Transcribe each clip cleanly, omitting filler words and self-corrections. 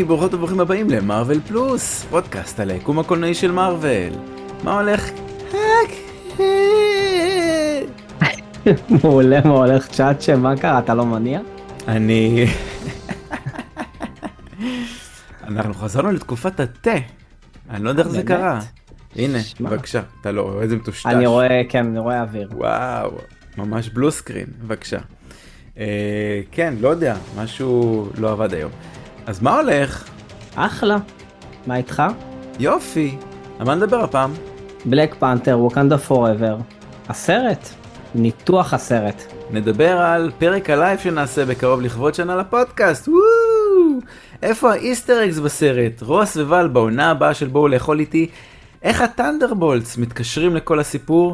ברוכות וברוכים הבאים למרוול פלוס, פודקאסט על היקום הקולנועי של מרוול. מה הולך? מעולה, מה הולך צ'אט שמה קרה? אתה לא מניע? אנחנו חזרנו לתקופת התה. אני לא יודע איך זה קרה. הנה, בבקשה, אתה לא רואה איזה מטושטש. אני רואה, כן, אני רואה אוויר. וואו, ממש בלו סקרין, בבקשה. כן, לא יודע, משהו לא עבד היום. אז מה הולך? אחלה. מה איתך? יופי. על מה נדבר הפעם? בלק פנתר, ווקנדה פוראבר. הסרט. ניתוח הסרט. נדבר על פרק הלייב שנעשה בקרוב לכבוד שנה לפודקאסט. וואו! איפה האיסטר אקס בסרט? רוס וואל בעונה הבאה של בואו לאכול איתי. איך הטנדרבולטס מתקשרים לכל הסיפור.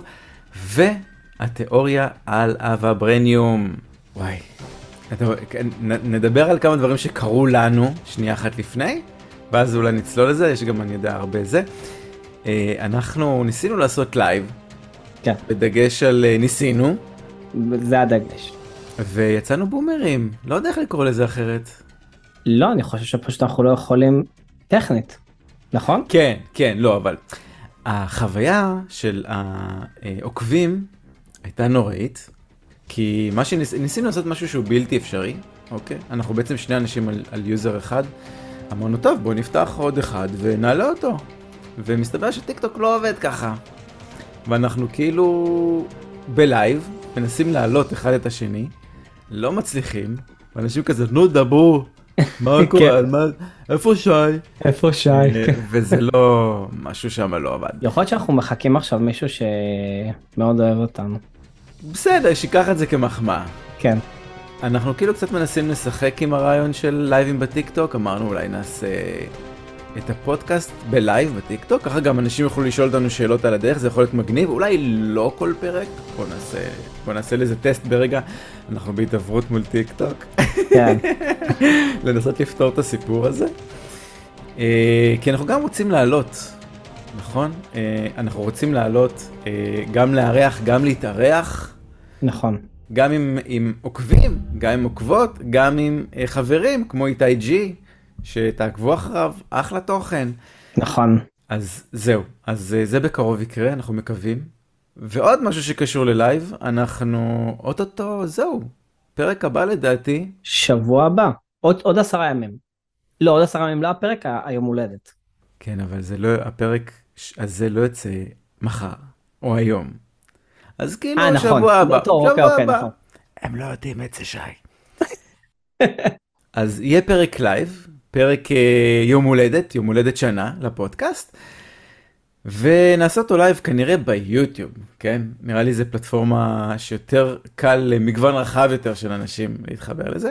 והתיאוריה על הוויברניום. וואי. נדבר על כמה דברים שקרו לנו שנייה אחת לפני. ואז אולי נצלול לזה, יש גם אני יודע הרבה זה. אנחנו ניסינו לעשות לייב. כן. בדגש על ניסינו. זה הדגש. ויצאנו בומרים, לא יודע איך לקרוא לזה אחרת. לא, אני חושב שפשוט אנחנו לא יכולים טכנית, נכון? כן, כן, לא, אבל החוויה של העוקבים הייתה נוראית, כי ניסינו לעשות משהו שהוא בלתי אפשרי, אוקיי? אנחנו בעצם שני אנשים על יוזר אחד, אמרנו, טוב, בואו נפתח עוד אחד ונעלה אותו. ומסתבר שטיקטוק לא עובד ככה. ואנחנו כאילו בלייב, מנסים לעלות אחד את השני, לא מצליחים, ואנשים כזה, נו דברו, מה קורה, איפה שי? איפה שי? וזה לא, משהו שם לא עבד. יכול להיות שאנחנו מחכים עכשיו מישהו שמאוד אוהב אותנו. בסדר, שיקח את זה כמחמאה. כן. אנחנו כאילו קצת מנסים לשחק עם הרעיון של לייבים בטיקטוק, אמרנו אולי נעשה את הפודקאסט בלייב בטיקטוק, ככה גם אנשים יוכלו לשאול אותנו שאלות על הדרך, זה יכול להיות מגניב, אולי לא כל פרק, בוא נעשה לזה טסט ברגע, אנחנו בהתעברות מול טיקטוק, כן. לנסות לפתור את הסיפור הזה, כי אנחנו גם רוצים לעלות, נכון? אנחנו רוצים לעלות, גם לארח, גם להתארח, נכון. גם עם עוקבים, גם עם עוקבות, גם עם חברים, כמו איתי ג'י, שתעקבו אחריו, אחלה תוכן. נכון. אז זהו, אז זה בקרוב יקרה, אנחנו מקווים. ועוד משהו שקשור ללייב, אנחנו אוטוטו, זהו, פרק הבא לדעתי. שבוע הבא, עוד 10 ימים. לא, עוד 10 ימים, לא הפרק, היום הולדת. כן, אבל זה לא, הפרק הזה לא יצא מחר, או היום. אז כאילו שבוע הבא, שבוע הבא. נכון. הם לא יודעים את זה, שי. אז יהיה פרק לייב, פרק יום הולדת שנה לפודקאסט, ונעשה אותו לייב כנראה ביוטיוב, כן? נראה לי זה פלטפורמה שיותר קל למגוון רחב יותר של אנשים להתחבר לזה.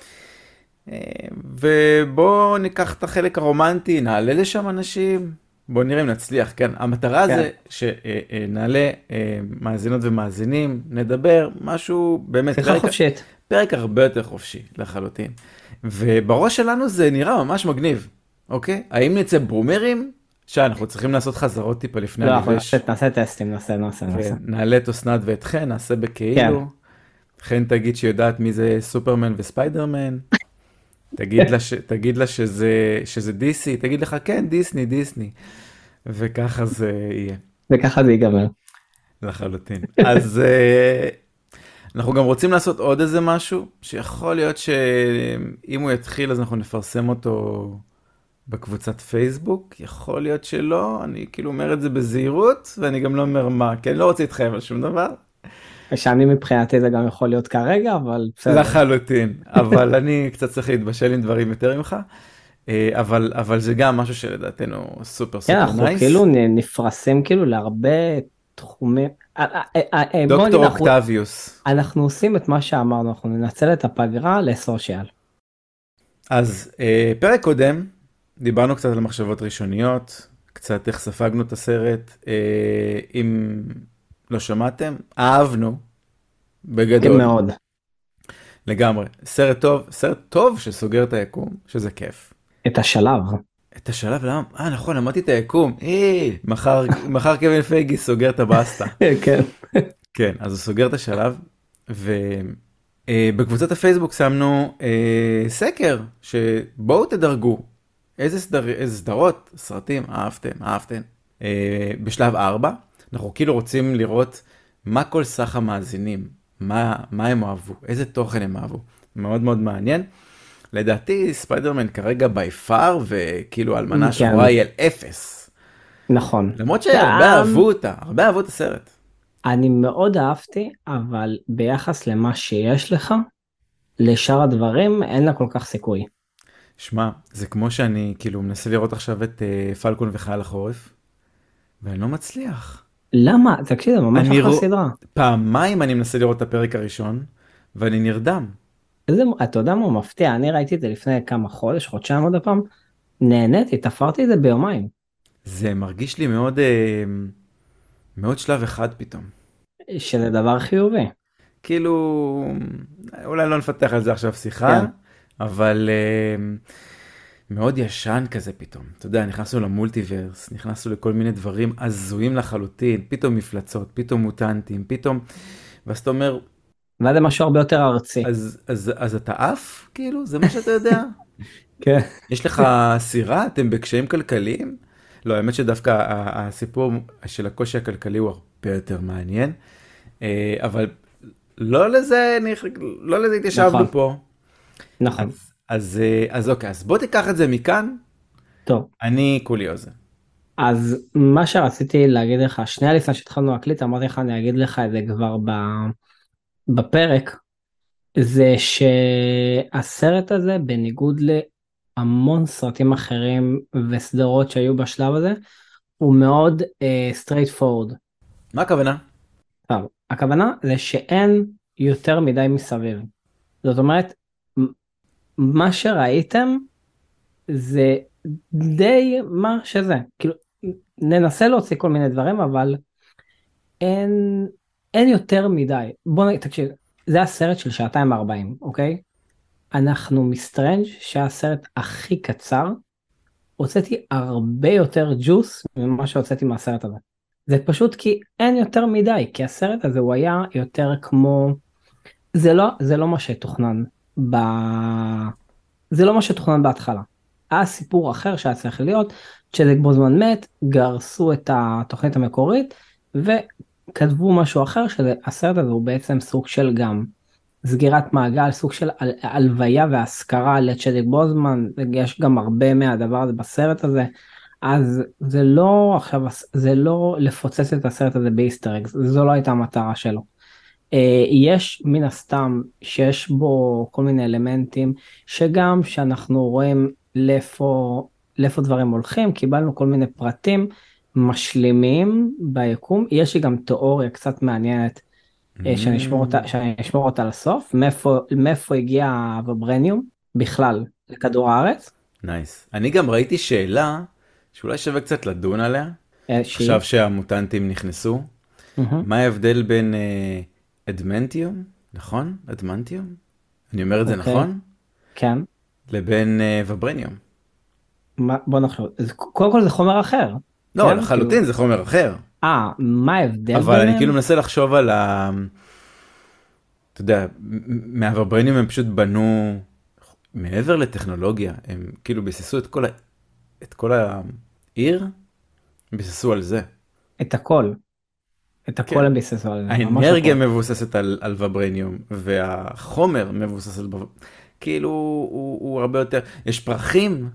ובואו ניקח את החלק הרומנטי, נעלה לשם אנשים, בואו נראה אם נצליח, כן? המטרה זה שנעלה מאזינות ומאזינים, נדבר, משהו באמת, פרק הרבה יותר חופשי לחלוטין. ובראש שלנו זה נראה ממש מגניב, אוקיי? האם נצא בומרים? שאנחנו צריכים לעשות חזרות טיפה לפני הלבש. לא, נעשה טסטים, נעשה. נעלה את אסנת ואת חן, נעשה בכאילו. חן תגיד שיודעת מי זה סופרמן וספיידרמן. תגיד לה שזה דיסי, תגיד לך כן, דיסני. וככה זה יהיה. וככה זה ייגמר. לחלוטין. אז אנחנו גם רוצים לעשות עוד איזה משהו, שיכול להיות שאם הוא יתחיל אז אנחנו נפרסם אותו בקבוצת פייסבוק, יכול להיות שלא, אני כאילו אומר את זה בזהירות, ואני גם לא אומר מה, כי אני לא רוצה להתחייב על שום דבר. שאני מבחינתי זה גם יכול להיות כרגע, אבל בסדר. לחלוטין, אבל אני קצת צריך להתבשל עם דברים יותר ממך, אבל זה גם משהו שלדעתנו סופר כן, אנחנו כאילו נפרסים כאילו להרבה תחומים. דוקטור אוקטביוס. אנחנו עושים את מה שאמרנו, אנחנו ננצל את הפגרה לסושיאל. אז פרק קודם, דיברנו קצת על מחשבות ראשוניות, קצת איך ספגנו את הסרט, אם לא שמעתם, אהבנו, בגדול. מאוד. לגמרי, סרט טוב שסוגר את היקום, שזה כיף. את השלב. את השלב, למה? נכון, אמרתי את היקום. מחר קווין פייגי סוגר את הבאסטה. כן. כן, אז הוא סוגר את השלב, ובקבוצת הפייסבוק שמנו סקר, שבואו תדרגו איזה סדרות, סרטים, אהבתם. בשלב 4, אנחנו כאילו רוצים לראות מה כל סך המאזינים, מה הם אהבו, איזה תוכן הם אהבו. מאוד מאוד מעניין. לדעתי ספיידרמן כרגע בי פאר, וכאילו אלמנה כן, שחורה היא על 0. נכון. למרות שהרבה אהבו אותה, הרבה אהבו את הסרט. אני מאוד אהבתי, אבל ביחס למה שיש לך, לשאר הדברים אין לה כל כך סיכוי. שמע, זה כמו שאני כאילו מנסה לראות עכשיו את פלקון וחייל החורף, ואני לא מצליח. למה? תקשיב, זה ממש אני אחלה רואה, סדרה. פעמיים אני מנסה לראות את הפרק הראשון, ואני נרדם. אתה יודע מה מפתיע? אני ראיתי את זה לפני כמה חודשיים עוד הפעם, נהניתי, תפרתי את זה ביומיים. זה מרגיש לי מאוד, מאוד שלב אחד פתאום. שזה דבר חיובי. כאילו, אולי לא נפתח על זה עכשיו שיחה, כן. אבל מאוד ישן כזה פתאום. אתה יודע, נכנסנו למולטיברס, נכנסנו לכל מיני דברים הזויים לחלוטין, פתאום מפלצות, פתאום מוטנטים, פתאום, ואז אתה אומר, ואז זה משהו הרבה יותר ארצי. אז אתה עף? כאילו, זה מה שאתה יודע? כן. יש לך סירה? אתם בקשיים כלכליים? לא, האמת שדווקא הסיפור של הקושי הכלכלי הוא הרבה יותר מעניין, אבל לא לזה התיישבנו נכון, פה. נכון. אז אוקיי, אז בוא תיקח את זה מכאן, טוב, אני כולי אוזן. אז מה שרציתי להגיד לך, שנייה לפני שהתחלנו להקליט, אמרתי לך, אני אגיד לך את זה כבר בפרק, זה שהסרט הזה, בניגוד להמון סרטים אחרים וסדרות שהיו בשלב הזה, הוא מאוד straight forward. מה הכוונה? טוב, הכוונה זה שאין יותר מדי מסביב. זאת אומרת, מה שראיתם זה די מה שזה. כאילו, ננסה להוציא כל מיני דברים, אבל אין, אין יותר מדי. בוא נגיד, תקשיב, זה הסרט של 2:40, אוקיי? אנחנו מסטרנג' שהסרט הכי קצר, הוצאתי הרבה יותר ג'וס ממה שהוצאתי מהסרט הזה. זה פשוט כי אין יותר מדי, כי הסרט הזה הוא היה יותר כמו, זה לא מה שתוכנן ב... זה לא מה שתוכנן בהתחלה. היה סיפור אחר שהיה צריך להיות, צ'דק בוזמן מת, גרסו את התוכנית המקורית, וכתבו משהו אחר, שהסרט הזה הוא בעצם סוג של גם סגירת מעגל, סוג של הלוויה והשכרה לצ'דק בוזמן, יש גם הרבה מהדבר הזה בסרט הזה, אז זה לא עכשיו, זה לא לפוצץ את הסרט הזה באיסטר אגס, זו לא הייתה המטרה שלו. יש מן הסתם שיש בו כל מיני אלמנטים שגם שאנחנו רואים לאיפה דברים הולכים, קיבלנו כל מיני פרטים משלימים ביקום. יש לי גם תיאוריה קצת מעניינת שאני אשמור אותה לסוף, מאיפה הגיע הוויברניום בכלל לכדור הארץ. נייס. אני גם ראיתי שאלה שאולי שווה קצת לדון עליה, עכשיו שהמוטנטים נכנסו. מהמם. מה ההבדל בין אדמנטיום, נכון? אדמנטיום? אני אומר את זה אוקיי, נכון? כן. לבין וברניום. בוא נחשוב, קודם כל זה חומר אחר. לא, כן, כאילו, לחלוטין זה חומר אחר. מה ההבדל אבל אני ביניהם? כאילו מנסה לחשוב על אתה יודע, מהווברניום הם פשוט בנו, מעבר לטכנולוגיה, הם כאילו ביססו את כל העיר, הם ביססו על זה. את הכל. את כן. הכל הם ביססו על זה, ממש האנרגיה הכל. מבוססת על וברניום, והחומר מבוסס על כאילו הוא הרבה יותר, יש פרחים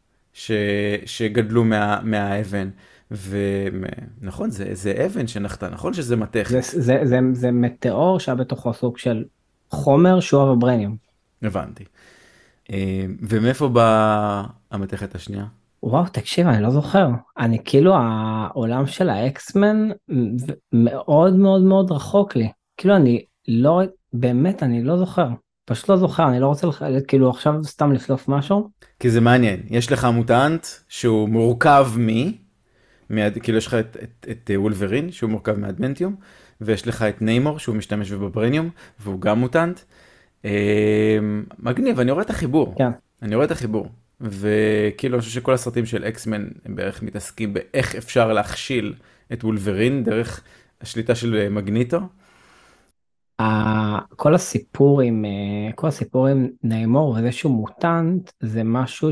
שגדלו מהאבן, ונכון, זה אבן שנחתה, נכון שזה מתכת. זה מטאור שהיה בתוכו סוג של חומר שהוא הוויברניום. הבנתי. ומאיפה באה המתכת השנייה? וואו, תקשיב, אני לא זוכר. אני כאילו, העולם של האקסמן מאוד מאוד מאוד רחוק לי. כאילו, אני לא, באמת, אני לא זוכר. פשוט לא זוכר, אני לא רוצה, כאילו, עכשיו סתם לפלוף משהו. כי זה מעניין, יש לך מוטנט שהוא מורכב כאילו יש לך את וולברין שהוא מורכב מאדמנטיום, ויש לך את ניימור שהוא משתמש בוויברניום, והוא גם מוטנט. מגניב, אני רואה את החיבור. כן. אני רואה את החיבור. וכאילו אני חושב שכל הסרטים של אקסמן הם בערך מתעסקים באיך אפשר להכשיל את וולברין דרך השליטה של מגניטו. כל הסיפור עם כל הסיפור עם ניימור וזה שהוא מוטנט זה משהו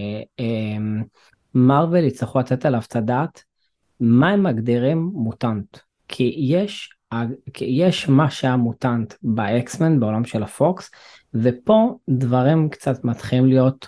שמרוויל יצטרכו לתת עליו את הדעת מה הם מגדירים מוטנט כי יש מה שהיה מוטנט באקסמן בעולם של הפוקס ופה דברים קצת מתחילים להיות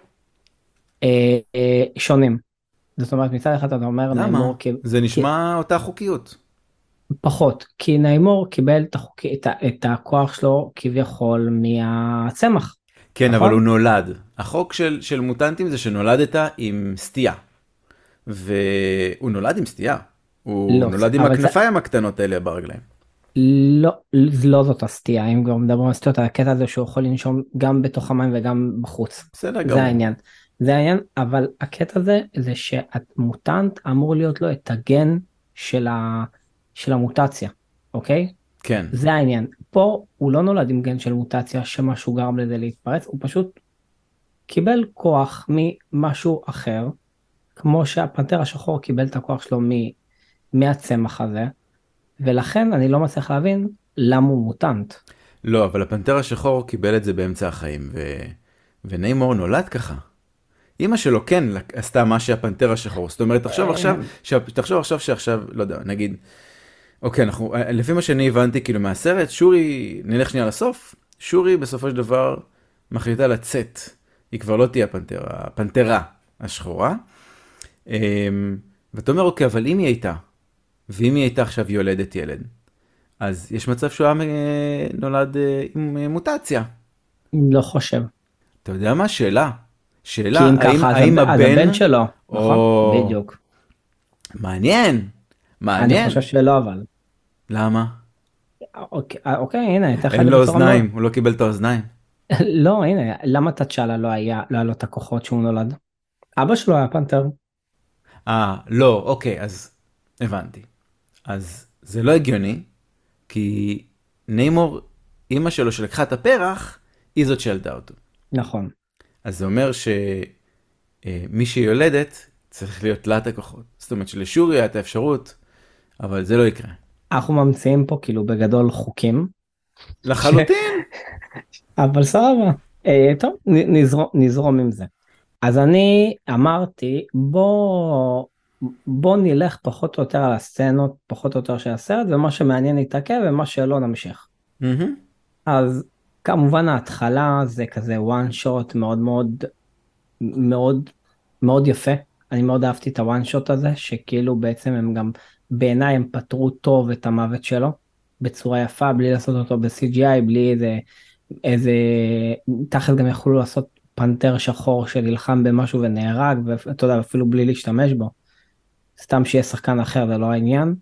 שונים. זאת אומרת מצד אחד אתה אומר למה? ניימור זה נשמע אותה חוקיות. פחות, כי ניימור קיבל את הכוח שלו כביכול מהצמח, כן, אבל הוא נכון? נולד. החוק של מוטנטים זה שנולדת עם סטייה. והוא נולד עם סטייה. הוא לא, נולד עם אבל זה הכנפיים הקטנות האלה ברגליים. לא, זה לא זאת הסטייה, אם כבר מדברים על סטיות, על הקטע הזה שהוא יכול לנשום גם בתוך המים וגם בחוץ. בסדר זה גמור. העניין. זה העניין, אבל הקטע הזה זה שהמוטנט אמור להיות לו את הגן של המוטציה, אוקיי? כן. זה העניין. פה הוא לא נולד עם גן של מוטציה שמשהו גרם לזה להתפרץ, הוא פשוט קיבל כוח ממשהו אחר, כמו שהפנתר השחור קיבל את הכוח שלו מהצמח הזה, ולכן אני לא מצליח להבין למה הוא מוטנט. לא, אבל הפנתר השחור קיבל את זה באמצע החיים, וניימור נולד ככה. אמא שלו כן עשתה מה שהפנתר השחור. זאת אומרת, תחשוב עכשיו שעכשיו, לא יודע, נגיד, אוקיי, לפי מה שאני הבנתי כאילו מהסרט, שורי, נלך שנייה לסוף, שורי בסופו של דבר מחליטה לצאת. היא כבר לא תהיה הפנתרה השחורה. ואתה אומר, אוקיי, אבל אם היא הייתה, ואם היא הייתה עכשיו יולדת ילד, אז יש מצב שהוא היה נולד עם מוטציה. לא חושב. אתה יודע מה? שאלה. כי אם ככה, האם אז הבן... הבן שלו, נכון? או... בדיוק. מעניין. אני מעניין. חושב שלא אבל. למה? אוקיי, הנה, אני אתן לך את אין זה לו בצורה מאוד. אוזניים, הוא לא קיבל את האוזניים. לא, הנה, למה תצ'אלה לא היה לו את הכוחות שהוא נולד? אבא שלו היה פנתר. לא, אוקיי, אז הבנתי. אז זה לא הגיוני, כי ניימור, אמא שלו שלקחה את הפרח, היא זאת שילדה אותו. נכון. אז זה אומר שמי שיולדת צריך להיות לה את הכוחות. זאת אומרת שלשורי היה את האפשרות, אבל זה לא יקרה. אנחנו ממציאים פה כאילו בגדול חוקים. לחלוטין. אבל סבבה. טוב, נזרום עם זה. אז אני אמרתי, בוא נלך פחות או יותר על הסצנות, פחות או יותר של הסרט, ומה שמעניין יתעכב ומה שלא נמשיך. מהמם. אז כמובן ההתחלה זה כזה one shot מאוד מאוד מאוד מאוד יפה. אני מאוד אהבתי את הוואן שוט הזה, שכאילו בעצם הם גם, בעיניי הם פתרו טוב את המוות שלו, בצורה יפה, בלי לעשות אותו ב-CGI, בלי איזה, תחת גם יכולו לעשות פנתר שחור שנלחם במשהו ונהרג, ואתה יודע, אפילו בלי להשתמש בו. סתם שיהיה שחקן אחר, זה לא העניין.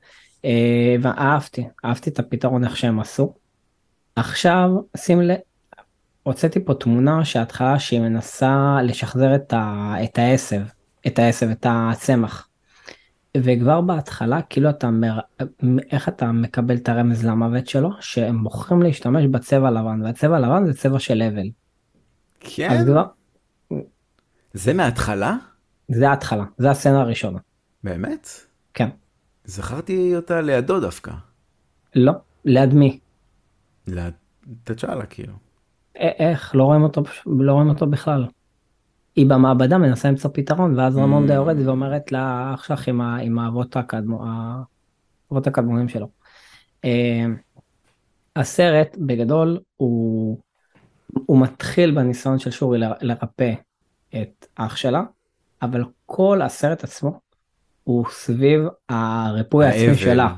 אהבתי את הפתרון איך שהם עשו. עכשיו, שים לב, הוצאתי פה תמונה שההתחלה שהיא מנסה לשחזר את העשב, את הצמח. וכבר בהתחלה, כאילו איך אתה מקבל את הרמז למוות שלו? שהם בוחרים להשתמש בצבע לבן, והצבע לבן זה צבע של אבל. אז כן? כבר, זה מההתחלה? זה ההתחלה, זה הסצנה הראשונה. באמת? כן. זכרתי אותה לידו דווקא. לא, ליד מי? תצ'אלה כאילו. איך? לא רואים אותו בכלל. היא במעבדה מנסה למצוא פתרון, ואז רמונדה יורדת ואומרת לה, אח שלך עם האבות הקדמונים שלו. הסרט בגדול הוא מתחיל בניסיון של שורי לרפא את אח שלה, אבל כל הסרט עצמו הוא סביב הריפוי העצמי שלה.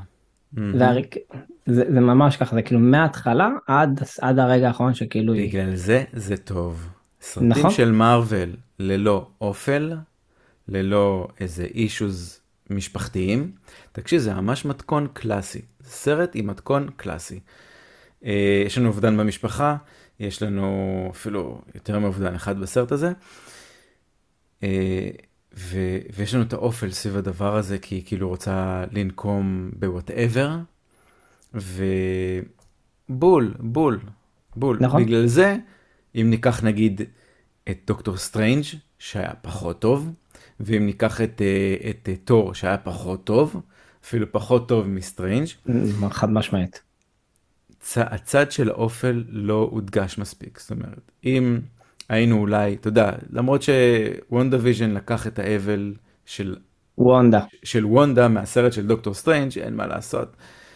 זה ממש ככה, זה כאילו מההתחלה עד הרגע האחרון שכאילו היא. בגלל זה זה טוב. סרטים נכון? של מארוול ללא אופל, ללא איזה אישוז משפחתיים. תקשיב, זה ממש מתכון קלאסי. זה סרט עם מתכון קלאסי. יש לנו אובדן במשפחה, יש לנו אפילו יותר מאובדן אחד בסרט הזה. ויש לנו את האופל סביב הדבר הזה, כי היא כאילו רוצה לנקום ב-whatever. ובול. נכון? בגלל זה, אם ניקח נגיד את דוקטור סטרנג' שהיה פחות טוב, ואם ניקח את תור שהיה פחות טוב, אפילו פחות טוב מסטרנג'. חד משמעית. הצד של האופל לא הודגש מספיק. זאת אומרת, אם היינו אולי, אתה יודע, למרות שוונדה ויז'ן לקח את האבל וונדה. של וונדה מהסרט של דוקטור סטרנג', אין מה לעשות.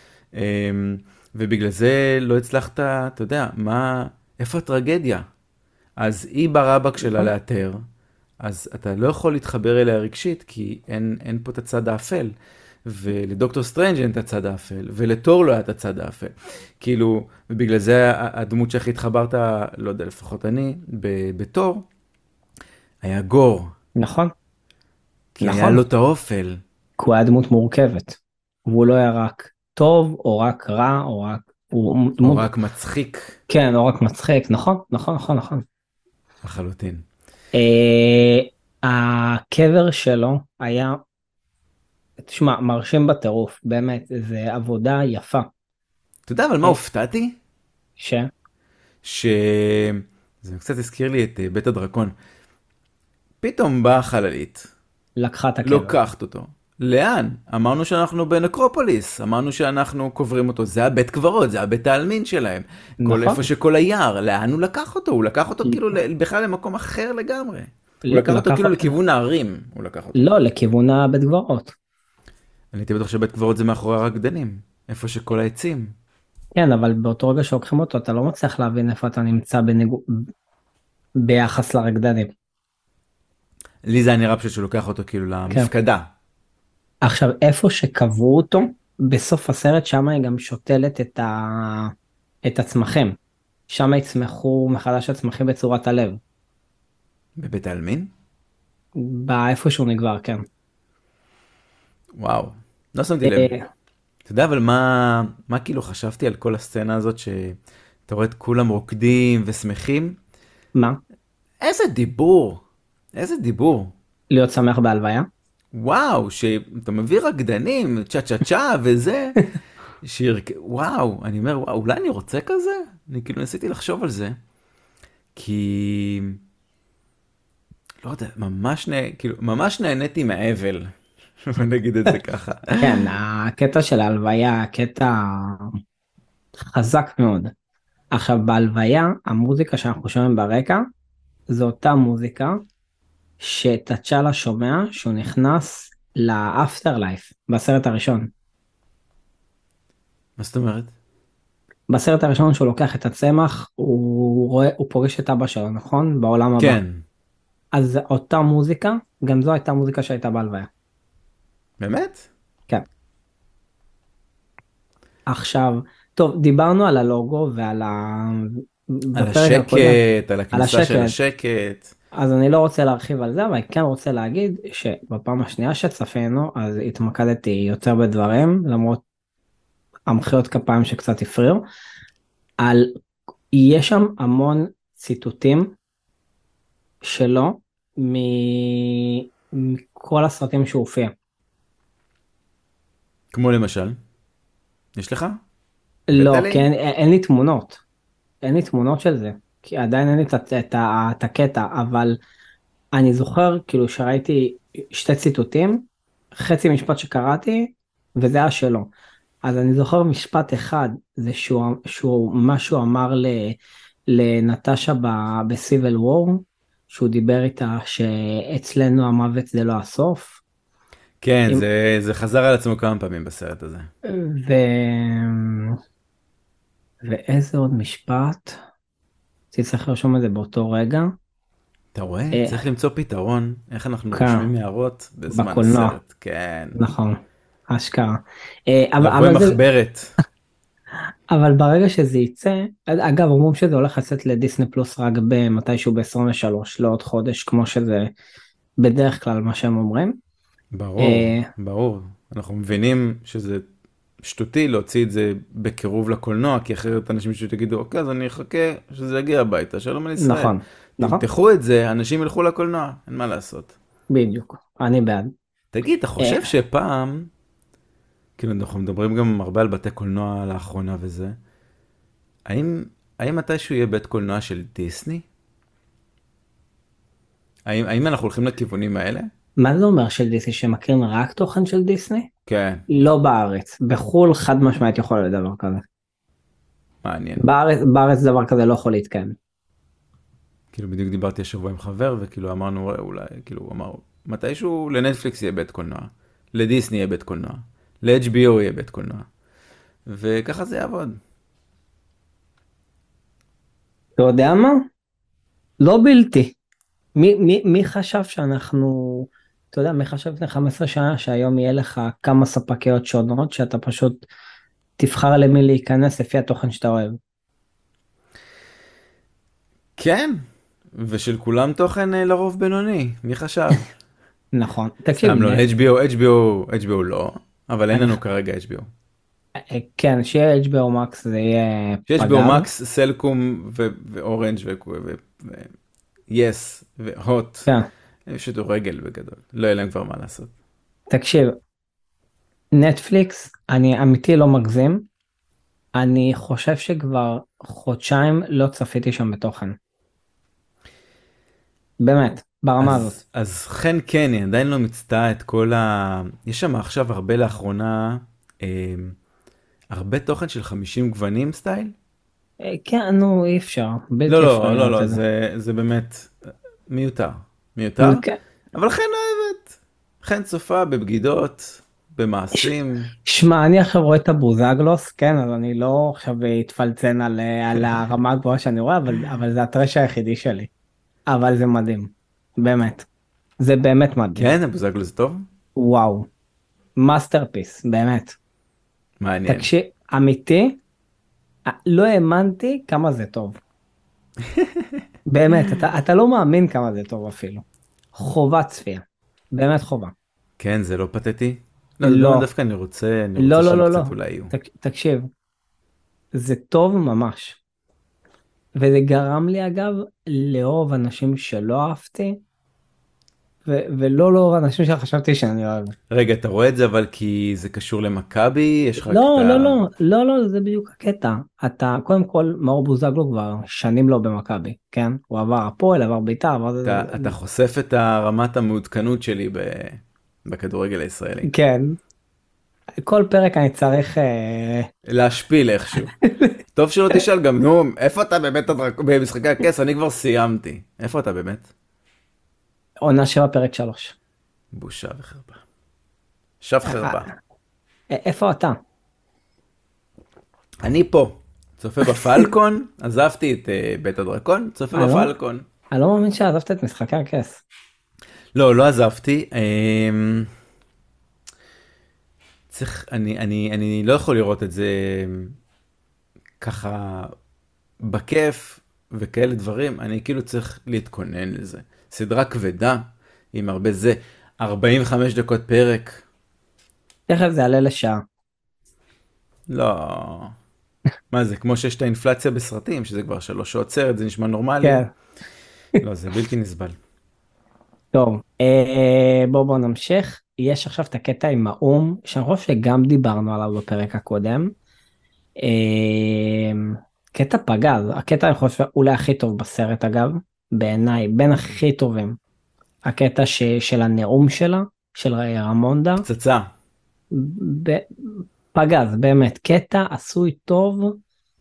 ובגלל זה לא הצלחת, אתה יודע, איפה הטרגדיה? אז היא ברבק שלה לאתר, אז אתה לא יכול להתחבר אליה רגשית, כי אין פה את הצד האפל. ולדוקטור סטרנג' אין את הצד האפל, ולתור לא היה את הצד האפל. כאילו, ובגלל זה הדמות שהכי התחברת, לא יודע, לפחות אני, בתור, היה גור. נכון. כי היה לו את האופל. כי הוא היה דמות מורכבת. והוא לא היה רק טוב, או רק רע, או רק... או רק מצחיק. כן, או רק מצחיק, נכון, נכון, נכון, נכון. לחלוטין. הקבר שלו היה, תשמע, מרשים בטירוף, באמת, זה עבודה יפה. אתה יודע, אבל מה הופתעתי? זה קצת הזכיר לי את בית הדרקון. פתאום באה חללית. לקחה את הקבר. לוקחת אותו. לאן? אמרנו שאנחנו בנקרופוליס, אמרנו שאנחנו קוברים אותו, זה הבית קברות, זה הבית העלמין שלהם. נכון. איפה שכל היער, לאן הוא לקח אותו? הוא לקח אותו כאילו בכלל למקום אחר לגמרי. הוא לקח אותו כאילו לכיוון הערים, הוא לקח אותו. לא, לכיוון הבית קברות. אני הייתי בטוח שבית קברות זה מאחורי הרקדנים, איפה שכל העצים. כן, אבל באותו רגע שלוקחים אותו, אתה לא מצליח להבין איפה אתה נמצא ביחס לרקדנים. לי זה היה נראה פשוט שלוקח אותו כאילו למפקדה. עכשיו, איפה שקברו אותו, בסוף הסרט, שם היא גם שותלת את הצמחים. שם יצמחו מחדש הצמחים בצורת הלב. בבית העלמין? באיפה שהוא נגבר, כן. וואו, לא שמתי לב. אתה יודע, אבל מה כאילו חשבתי על כל הסצנה הזאת, שאתה רואה את כולם רוקדים ושמחים? מה? איזה דיבור, איזה דיבור. להיות שמח בהלוויה? וואו, שאתה מביא רקדנים, צ'ה צ'ה צ'ה וזה, וואו, אני אומר, וואו, אולי אני רוצה כזה? אני כאילו ניסיתי לחשוב על זה, כי, לא יודע, ממש נהניתי מהאבל, נגיד את זה ככה. כן, הקטע של ההלוויה, קטע חזק מאוד. עכשיו, בהלוויה, המוזיקה שאנחנו שומעים ברקע, זו אותה מוזיקה, שתצ'אלה שומע שהוא נכנס לאפטר לייף בסרט הראשון. מה זאת אומרת? בסרט הראשון שהוא לוקח את הצמח, הוא פוגש את אבא שלו, נכון? בעולם הבא. כן. אז אותה מוזיקה, גם זו הייתה מוזיקה שהייתה בהלוויה. באמת? כן. עכשיו, טוב, דיברנו על הלוגו ועל על השקט, על הכניסה של השקט. אז אני לא רוצה להרחיב על זה, אבל אני כן רוצה להגיד שבפעם השנייה שצפינו, אז התמקדתי יותר בדברים, למרות המחיאות כפיים שקצת הפריעו, יש שם המון ציטוטים שלו מכל הסרטים שהוא הופיע. כמו למשל? יש לך? לא, כן, אין לי תמונות. אין לי תמונות של זה, כי עדיין אין לי את הקטע, אבל אני זוכר כאילו שראיתי שתי ציטוטים, חצי משפט שקראתי, וזה היה שלו. אז אני זוכר משפט אחד, זה מה שהוא אמר לנטשה בסיביל וור, שהוא דיבר איתה שאצלנו המוות זה לא הסוף. כן, זה חזר על עצמו כמה פעמים בסרט הזה. ואיזה עוד משפט? צריך לרשום את זה באותו רגע. אתה רואה? צריך למצוא פתרון, איך אנחנו רושמים הערות בזמן הסרט. כן. נכון, אשכרה. לבוא עם מחברת. אבל ברגע שזה יצא, אגב, אומרים שזה הולך לצאת לדיסני פלוס רק מתישהו ב-23, לא עוד חודש, כמו שזה בדרך כלל מה שהם אומרים. ברור, ברור. אנחנו מבינים שזה שטותי להוציא את זה בקירוב לקולנוע, כי אחרת אנשים שתגידו, אוקיי, אז אני אחכה שזה יגיע הביתה, שלום על ישראל. נכון, נכון. תפתחו את זה, אנשים ילכו לקולנוע, אין מה לעשות. בדיוק, אני בעד. תגיד, אתה חושב שפעם, כאילו אנחנו מדברים גם הרבה על בתי קולנוע לאחרונה וזה, האם מתישהו יהיה בית קולנוע של דיסני? האם אנחנו הולכים לכיוונים האלה? מה זה אומר של דיסני? שמכירים רק תוכן של דיסני? כן. לא בארץ. בחול חד משמעית יכול לדבר כזה. מעניין. בארץ דבר כזה לא יכול להתקיים. כאילו בדיוק דיברתי השבוע עם חבר, וכאילו אמרנו, אולי, כאילו הוא אמר, מתישהו לנטפליקס יהיה בית קולנוע, לדיסני יהיה בית קולנוע, ל-HBO יהיה בית קולנוע, וככה זה יעבוד. אתה יודע מה? לא בלתי. מי חשב שאנחנו, אתה יודע, מי חשב לפני 15 שנה שהיום יהיה לך כמה ספקיות שונות, שאתה פשוט תבחר למי להיכנס לפי התוכן שאתה אוהב. כן, ושל כולם תוכן לרוב בינוני, מי חשב? נכון. תקשיב, סתם לא, HBO לא, אבל אין לנו כרגע HBO. כן, שיהיה HBO Max זה יהיה שיש פגר. HBO Max, סלקום ואורנג' ויס והוט, כן. הם ישתו רגל בגדול, לא יהיה להם כבר מה לעשות. תקשיב, נטפליקס, אני אמיתי לא מגזים, אני חושב שכבר חודשיים לא צפיתי שם בתוכן. באמת, ברמה הזאת. אז חן קני עדיין לא מצטעה את כל יש שם עכשיו הרבה לאחרונה, הרבה תוכן של 50 גוונים סטייל? כן, נו, אי אפשר. בלתי לא, אפשרי לא, לא, לראות לא, את זה. זה באמת מיותר. מיותר, כן. אבל חן אוהבת. חן צופה בבגידות, במעשים. שמע, אני עכשיו רואה את הבוזגלוס, כן, אז אני לא עכשיו אתפלצן על הרמה הגבוהה שאני רואה, אבל זה הטרש היחידי שלי. אבל זה מדהים, באמת. זה באמת מדהים. כן, הבוזגלו זה טוב? וואו, מאסטרפיס, באמת. מעניין. תקשיב, אמיתי, לא האמנתי כמה זה טוב. באמת, אתה לא מאמין כמה זה טוב אפילו. חובת צפייה, באמת חובה. כן, זה לא פתטי? לא, לא, דווקא אני רוצה לא, לא, שם לא, לא. קצת אולי יהיו. תקשיב, זה טוב ממש. וזה גרם לי אגב לאהוב אנשים שלא אהבתי, ולא לאהוב אנשים שחשבתי שאני אוהב. רגע, אתה רואה את זה אבל כי זה קשור למכבי? יש לך לא, את לא, לא, לא, לא, זה בדיוק הקטע. אתה, קודם כל, מאור בוזגלו כבר שנים לא במכבי, כן? הוא עבר הפועל, עבר בית"ר, עבר... אתה חושף את הרמת המעודכנות שלי בכדורגל הישראלי. כן. כל פרק אני צריך... להשפיל איכשהו. טוב שלא תשאל גם, נו, איפה אתה באמת במשחקי הכס? אני כבר סיימתי. איפה אתה באמת? עונה 7 פרק 3. בושה וחרפה. שב חרפה. איפה אתה? אני פה. צופה בפלקון, עזבתי את בית הדרקון, צופה בפלקון. אני לא מאמין שעזבת את משחקי הכס. לא, לא עזבתי. אני לא יכול לראות את זה ככה בכיף וכאלה דברים, אני כאילו צריך להתכונן לזה. סדרה כבדה, עם הרבה זה, 45 דקות פרק. תכף זה יעלה לשעה. לא. מה זה, כמו שיש את האינפלציה בסרטים, שזה כבר 3 שעות סרט, זה נשמע נורמלי? כן. לא, זה בלתי נסבל. טוב, בואו נמשיך. יש עכשיו את הקטע עם האום, שאני חושב שגם דיברנו עליו בפרק הקודם. קטע פגז, הקטע אני חושב אולי הכי טוב בסרט אגב, בעיניי, בין הכי טובים. הקטע של הנאום שלה, של רמונדה. פצצה. פגז, באמת, קטע עשוי טוב,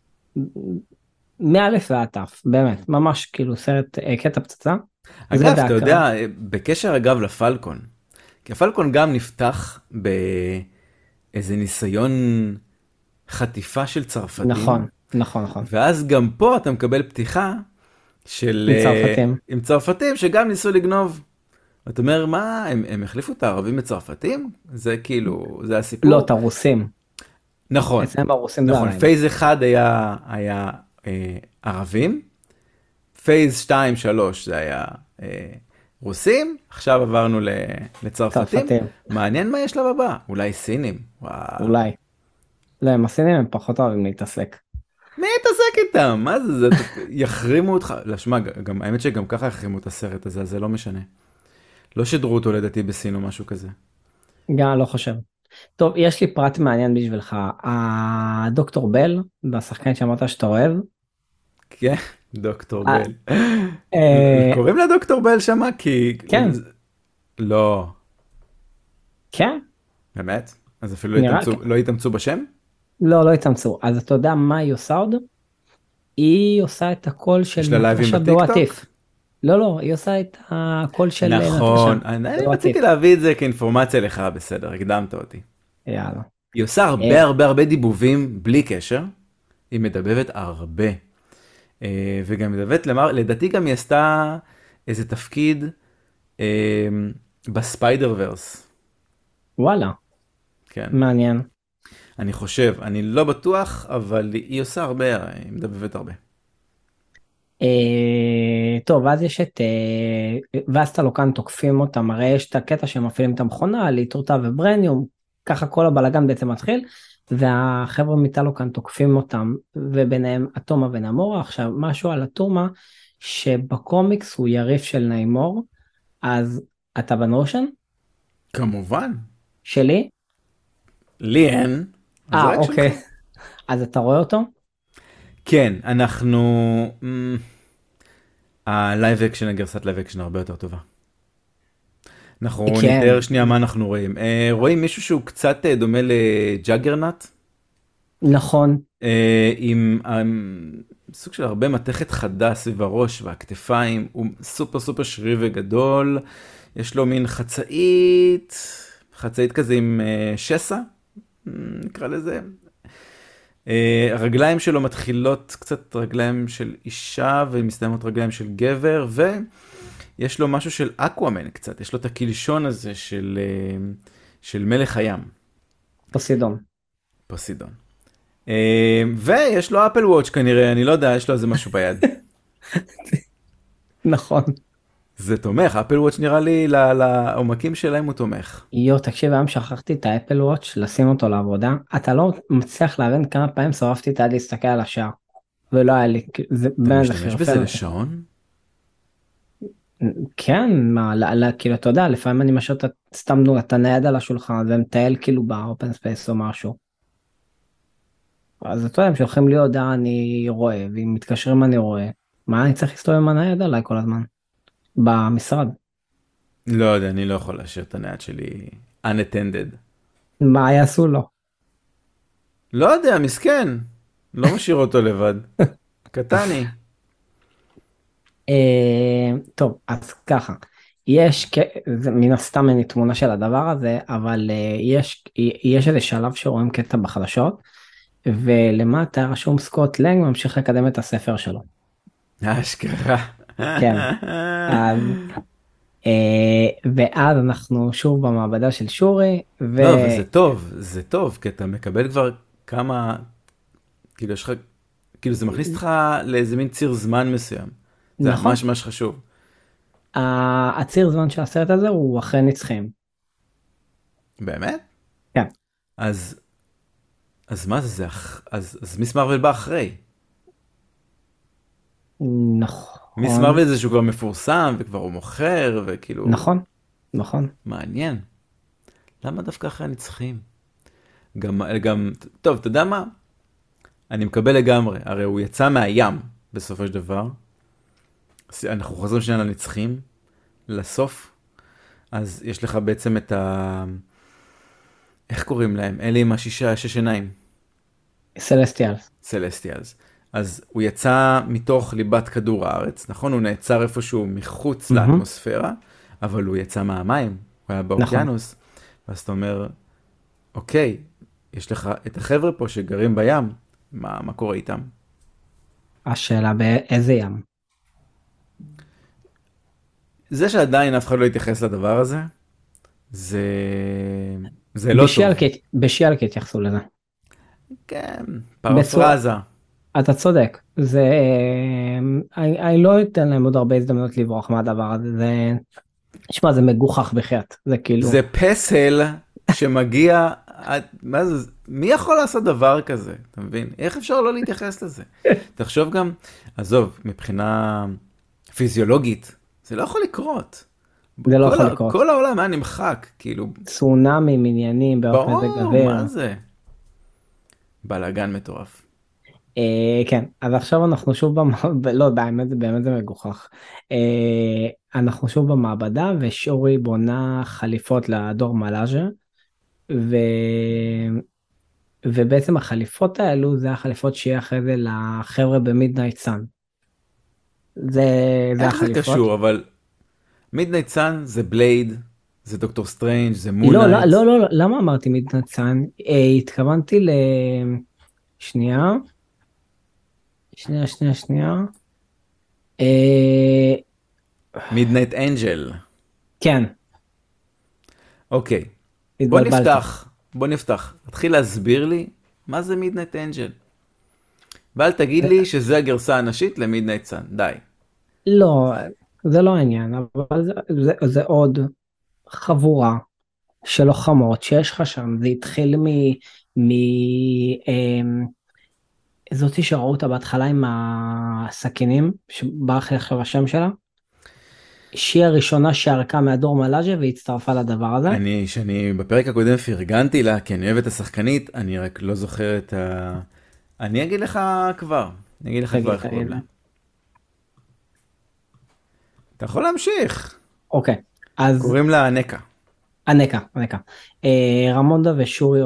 מאלף ועד תף, באמת, ממש כאילו סרט, קטע פצצה. אגב, אתה יודע, בקשר אגב לפלקון, כי הפלקון גם נפתח באיזה ניסיון חטיפה של צרפתים. נכון, נכון, נכון. ואז גם פה אתה מקבל פתיחה של... עם צרפתים שגם ניסו לגנוב. אתה אומר, מה, הם החליפו את הערבים בצרפתים? זה כאילו, זה הסיפור? לא, את הרוסים. נכון. אצלם הרוסים נכון, פייז 1 היה ערבים, פייז 2, 3 זה היה רוסים, עכשיו עברנו לצרפתים. מעניין מה יש לה בבא, אולי סינים. אולי. לא, הם הסינים הם פחות אוהבים להתעסק. מי יתעסק איתם? מה זה? יחרימו אותך. לשמה, האמת שגם ככה יחרימו את הסרט הזה, אז זה לא משנה. לא שדרו אותו לדעתי בסין או משהו כזה. גם לא חושב. טוב, יש לי פרט מעניין בשבילך. הדוקטור בל, בשחקן שאמרת שאתה אוהב. כן, דוקטור בל. קוראים לה דוקטור בל שמה? כי... כן. לא. כן? באמת? אז אפילו לא התאמצו בשם? לא, לא התאמצו. אז אתה יודע מה היא עושה עוד? היא עושה את הקול יש של לה לייבים נטשה בטיקטוק? בוואטיף. לא, לא, היא עושה את הקול של נטשה נכון, אני רציתי בוואטיף. להביא את זה כאינפורמציה לך, בסדר, הקדמת אותי. יאללה. היא עושה אה, הרבה הרבה הרבה דיבובים בלי קשר, היא מדבבת הרבה. וגם מדבבת, לדעתי גם היא עשתה איזה תפקיד אה, בספיידר ורס, וואלה, כן. מעניין. אני חושב, אני לא בטוח, אבל היא עושה הרבה, היא מדבבת הרבה. טוב, אז יש את ואז טלוקן תוקפים אותם, הרי יש את הקטע שהם מפעילים את המכונה, ליטרוטה וברניום, ככה כל הבלגן בעצם מתחיל, והחבר'ה מטלוקן תוקפים אותם, וביניהם אטומה ונמורה. עכשיו, משהו על אטומה, שבקומיקס הוא יריף של ניימור, אז אתה בנושן כמובן, שלי? לי אין, אז רק שלך. אוקיי, אז אתה רואה אותו? כן, אנחנו... הלייב אקשן, הגרסת לייב אקשן הרבה יותר טובה. אנחנו כן, נתאר שנייה מה אנחנו רואים. רואים מישהו שהוא קצת דומה לג'אגרנט, נכון, עם סוג של הרבה מתכת חדה סביב הראש והכתפיים, הוא סופר סופר שרירי וגדול, יש לו מין חצאית, חצאית כזה עם שסע, נקרא לזה. הרגליים שלו מתחילות קצת רגליים של אישה ומסתיימות רגליים של גבר, ויש לו משהו של אקוואמן קצת, יש לו את הקלשון הזה של מלך הים, פוסידון. פוסידון. ויש לו אפל וואץ' כנראה, אני לא יודע, יש לו איזה משהו ביד. נכון. זה תומך, אפל וואץ' נראה לי לעומקים שלהם הוא תומך. יו, תקשיב, היום שכחתי את האפל וואץ' לשים אותו לעבודה. אתה לא מצליח להבין כמה פעמים שרפתי את היד להסתכל על השער. ולא היה לי, זה אתה באמת, זה משתמש בזה חירפן אותי. לשעון? כן, מה, כאילו, אתה יודע, לפעמים אני משאיר סתם את הנייד על השולחן ומטייל כאילו באופן ספייס או משהו. אז אתה יודע, הם שולחים לי הודעה, אני רואה, ואם מתקשרים אני רואה. מה אני צריך להסתובב עם הנייד עליי כל הזמן? במשרד. לא יודע, אני לא יכול להשאיר את הנייד שלי unattended. מה יעשו לו? לא יודע, מסכן. לא משאיר אותו לבד. קטני. טוב, אז ככה, זה מן הסתם אין לי תמונה של הדבר הזה, אבל יש איזה שלב שרואים קטע בחדשות, ולמטה רשום סקוט לנג ממשיך לקדם את הספר שלו. אשכרה. כן, אז, ואז אנחנו שוב במעבדה של שורי, לא, אבל זה טוב, זה טוב, כי אתה מקבל כבר כמה, כאילו יש לך, כאילו זה מכניס אותך לאיזה מין ציר זמן מסוים. זה ונכון, ממש ממש חשוב. הציר זמן של הסרט הזה הוא אחרי נצחים. באמת? כן, אז, אז מה זה, אז מיס מרוויל בא אחרי. מיס נכון, מרוויל זה שהוא כבר מפורסם, וכבר הוא מוכר, וכאילו, נכון, נכון, מעניין. למה דווקא אחרי הנצחים? גם, טוב, אתה יודע מה? אני מקבל לגמרי, הרי הוא יצא מהים בסופו של דבר. אנחנו חוזרים שנייה לנצחים, לסוף. אז יש לך בעצם את איך קוראים להם? אלה עם שש עיניים. סלסטיאלס, סלסטיאלס. אז הוא יצא מתוך ליבת כדור הארץ, נכון? הוא נעצר איפשהו מחוץ לאטמוספירה, אבל הוא יצא מהמים, הוא היה נכון. באוקיינוס. ואז אתה אומר, אוקיי, יש לך את החבר'ה פה שגרים בים, מה קורה איתם? השאלה באיזה ים? זה שעדיין אף אחד לא יתייחס לדבר הזה, זה, זה לא טוב. בשיאלקה התייחסו לזה. כן, בצורה, פרפרזה. אתה צודק. אני לא אתן להם עוד הרבה הזדמנות לברוח מהדבר הזה. תשמע, זה מגוחך בחייאת. זה כאילו, זה פסל שמגיע, מה זה, מי יכול לעשות דבר כזה, אתה מבין? איך אפשר לא להתייחס לזה? תחשוב גם, עזוב, מבחינה פיזיולוגית, זה לא יכול לקרות. זה לא יכול לקרות. כל העולם היה נמחק, כאילו, צונאמי, מניינים, באופן מזג ברור, אוויר. מה זה? בלאגן מטורף. כן, אז עכשיו אנחנו שוב לא, באמת זה מגוחך. אנחנו שוב במעבדה, ושורי בונה חליפות לדור מלאז'ה, ו... ובעצם החליפות האלו זה החליפות שיהיה אחרי זה לחבר'ה במידנייט סאן. זה, זה איך זה החליפות. קשור? אבל מידנייט סאן זה בלייד, זה דוקטור סטרנג', זה מון לא, לא, נייט. לא, לא, לא, למה אמרתי מידנייט סאן? התכוונתי שנייה, שנייה. אה, מידנייט אנג'ל. כן, אוקיי, בוא התבלבלתי. נפתח, בוא נפתח. תתחיל להסביר לי מה זה מידנייט אנג'ל. ואל תגיד לי שזה הגרסה הנשית למידנייט סאן, די. לא, זה לא העניין, אבל זה עוד חבורה של לוחמות שיש לך שם. זה התחיל מ זאתי שראו אותה בהתחלה עם הסכינים, שברח לי עכשיו השם שלה, שהיא הראשונה שערקה מהדור מלאז'ה והצטרפה לדבר הזה. שאני בפרק הקודם פרגנתי לה, כי אני אוהב את השחקנית, אני רק לא זוכר את ה... אני אגיד לך כבר, אני אגיד לך כבר איך קוראים לה. אתה יכול להמשיך. אוקיי, אז קוראים לה נקה. הנקה. רמונדה ושורי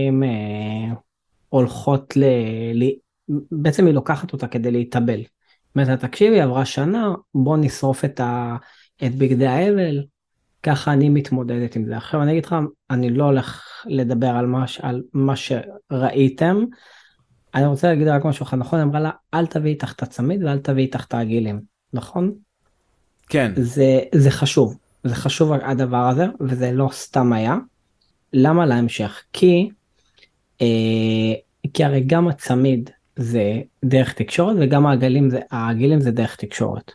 הולכות בעצם היא לוקחת אותה כדי להתאבל. אומרת, תקשיבי, עברה שנה, בוא נשרוף את בגדי האבל, ככה אני מתמודדת עם זה. עכשיו אני אגיד לך, אני לא הולך לדבר על מה שראיתם, אני רוצה להגיד רק משהו אחד, נכון? אמרה לה, אל תביא איתך את הצמיד ואל תביא איתך את העגילים, נכון? כן. זה חשוב, זה חשוב הדבר הזה, וזה לא סתם היה. למה להמשך? כי הרי גם הצמיד זה דרך תקשורת, וגם העגילים זה דרך תקשורת.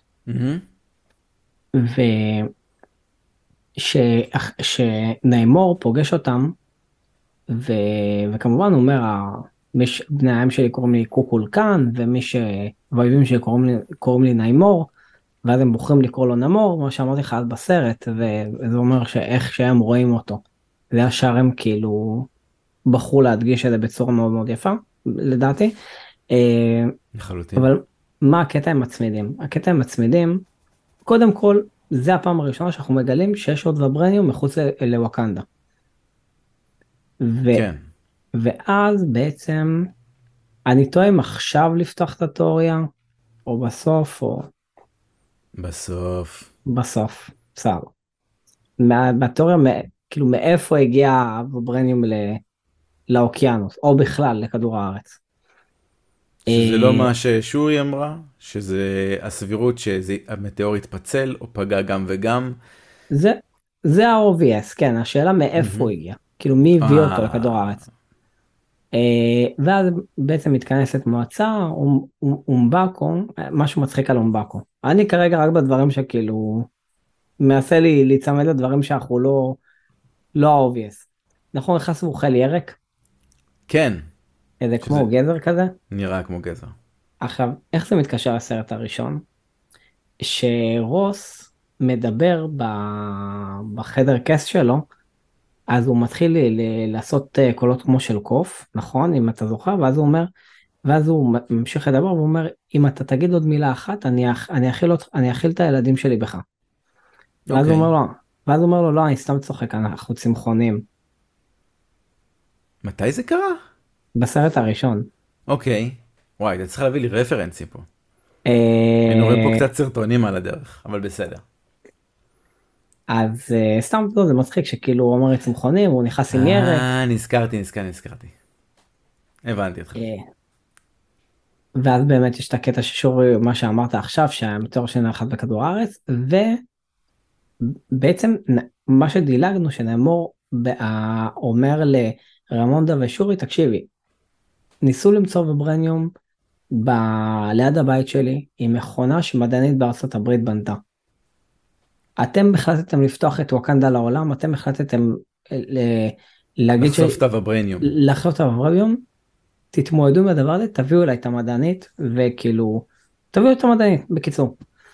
ושניימור פוגש אותם, וכמובן הוא אומר, בני העם שלי קוראים לי קוקולקן, והאויבים שלי קוראים לי ניימור, ואז הם בוחרים לקרוא לו נמור, מה שאמרתי לך אז בסרט, וזה אומר שאיך שהם רואים אותו. זה השאר הם כאילו בחרו להדגיש את זה בצורה מאוד מאוד יפה, לדעתי. לחלוטין. אבל מה הקטע עם מצמידים? הקטע עם מצמידים, קודם כל, זה הפעם הראשונה שאנחנו מגלים שיש עוד וברניום מחוץ לווקנדה. כן. ואז בעצם, אני טועה אם עכשיו לפתוח את התיאוריה, או בסוף, או בסוף, בסדר. בתיאוריה, כאילו מאיפה הגיע הווברניום לאוקיינוס, או בכלל לכדור הארץ. שזה לא מה ששורי אמרה, שזה הסבירות שהמטאור יתפצל או פגע גם וגם. זה ה-OVS, כן, השאלה מאיפה הוא הגיע, כאילו מי הביא אותו לכדור הארץ. ואז בעצם מתכנסת מועצה, אומבקו, משהו מצחיק על אומבקו. אני כרגע רק בדברים שכאילו, מנסה לי להצמד לדברים שאנחנו לא ה-OVS. נכון, נכנס ואוכל ירק? כן. איזה כמו גזר כזה? נראה כמו גזר. עכשיו, איך זה מתקשר לסרט הראשון? שרוס מדבר בחדר כס שלו, אז הוא מתחיל לעשות קולות כמו של קוף, נכון? אם אתה זוכר, ואז הוא ממשיך לדבר, והוא אומר, אם אתה תגיד עוד מילה אחת, אני אכיל את הילדים שלי בך. ואז הוא אומר לו, לא, אני סתם צוחק, אנחנו צמחונים. מתי זה קרה? בסרט הראשון. אוקיי. וואי, אתה צריך להביא לי רפרנסים פה. אני רואה פה קצת סרטונים על הדרך, אבל בסדר. אז סתם זה מצחיק שכאילו הוא אומר צמחונים, הוא נכנס עם ירק. נזכרתי. הבנתי אותך. ואז באמת יש את הקטע ששורי, מה שאמרת עכשיו, שהמטאור שננחת בכדור הארץ, ובעצם מה שדילגנו, שנאמור אומר לרמונדה ושורי, תקשיבי, ניסו למצוא וברניום ליד הבית שלי, עם מכונה שמדענית בארצות הברית בנתה. אתם החלטתם לפתוח את ווקנדה לעולם, אתם החלטתם להגיד לחשוף את הווברניום. לחשוף את הווברניום, תתמודדו עם הדבר הזה, תביאו אליי את המדענית, וכאילו, תביאו את המדענית, בקיצור.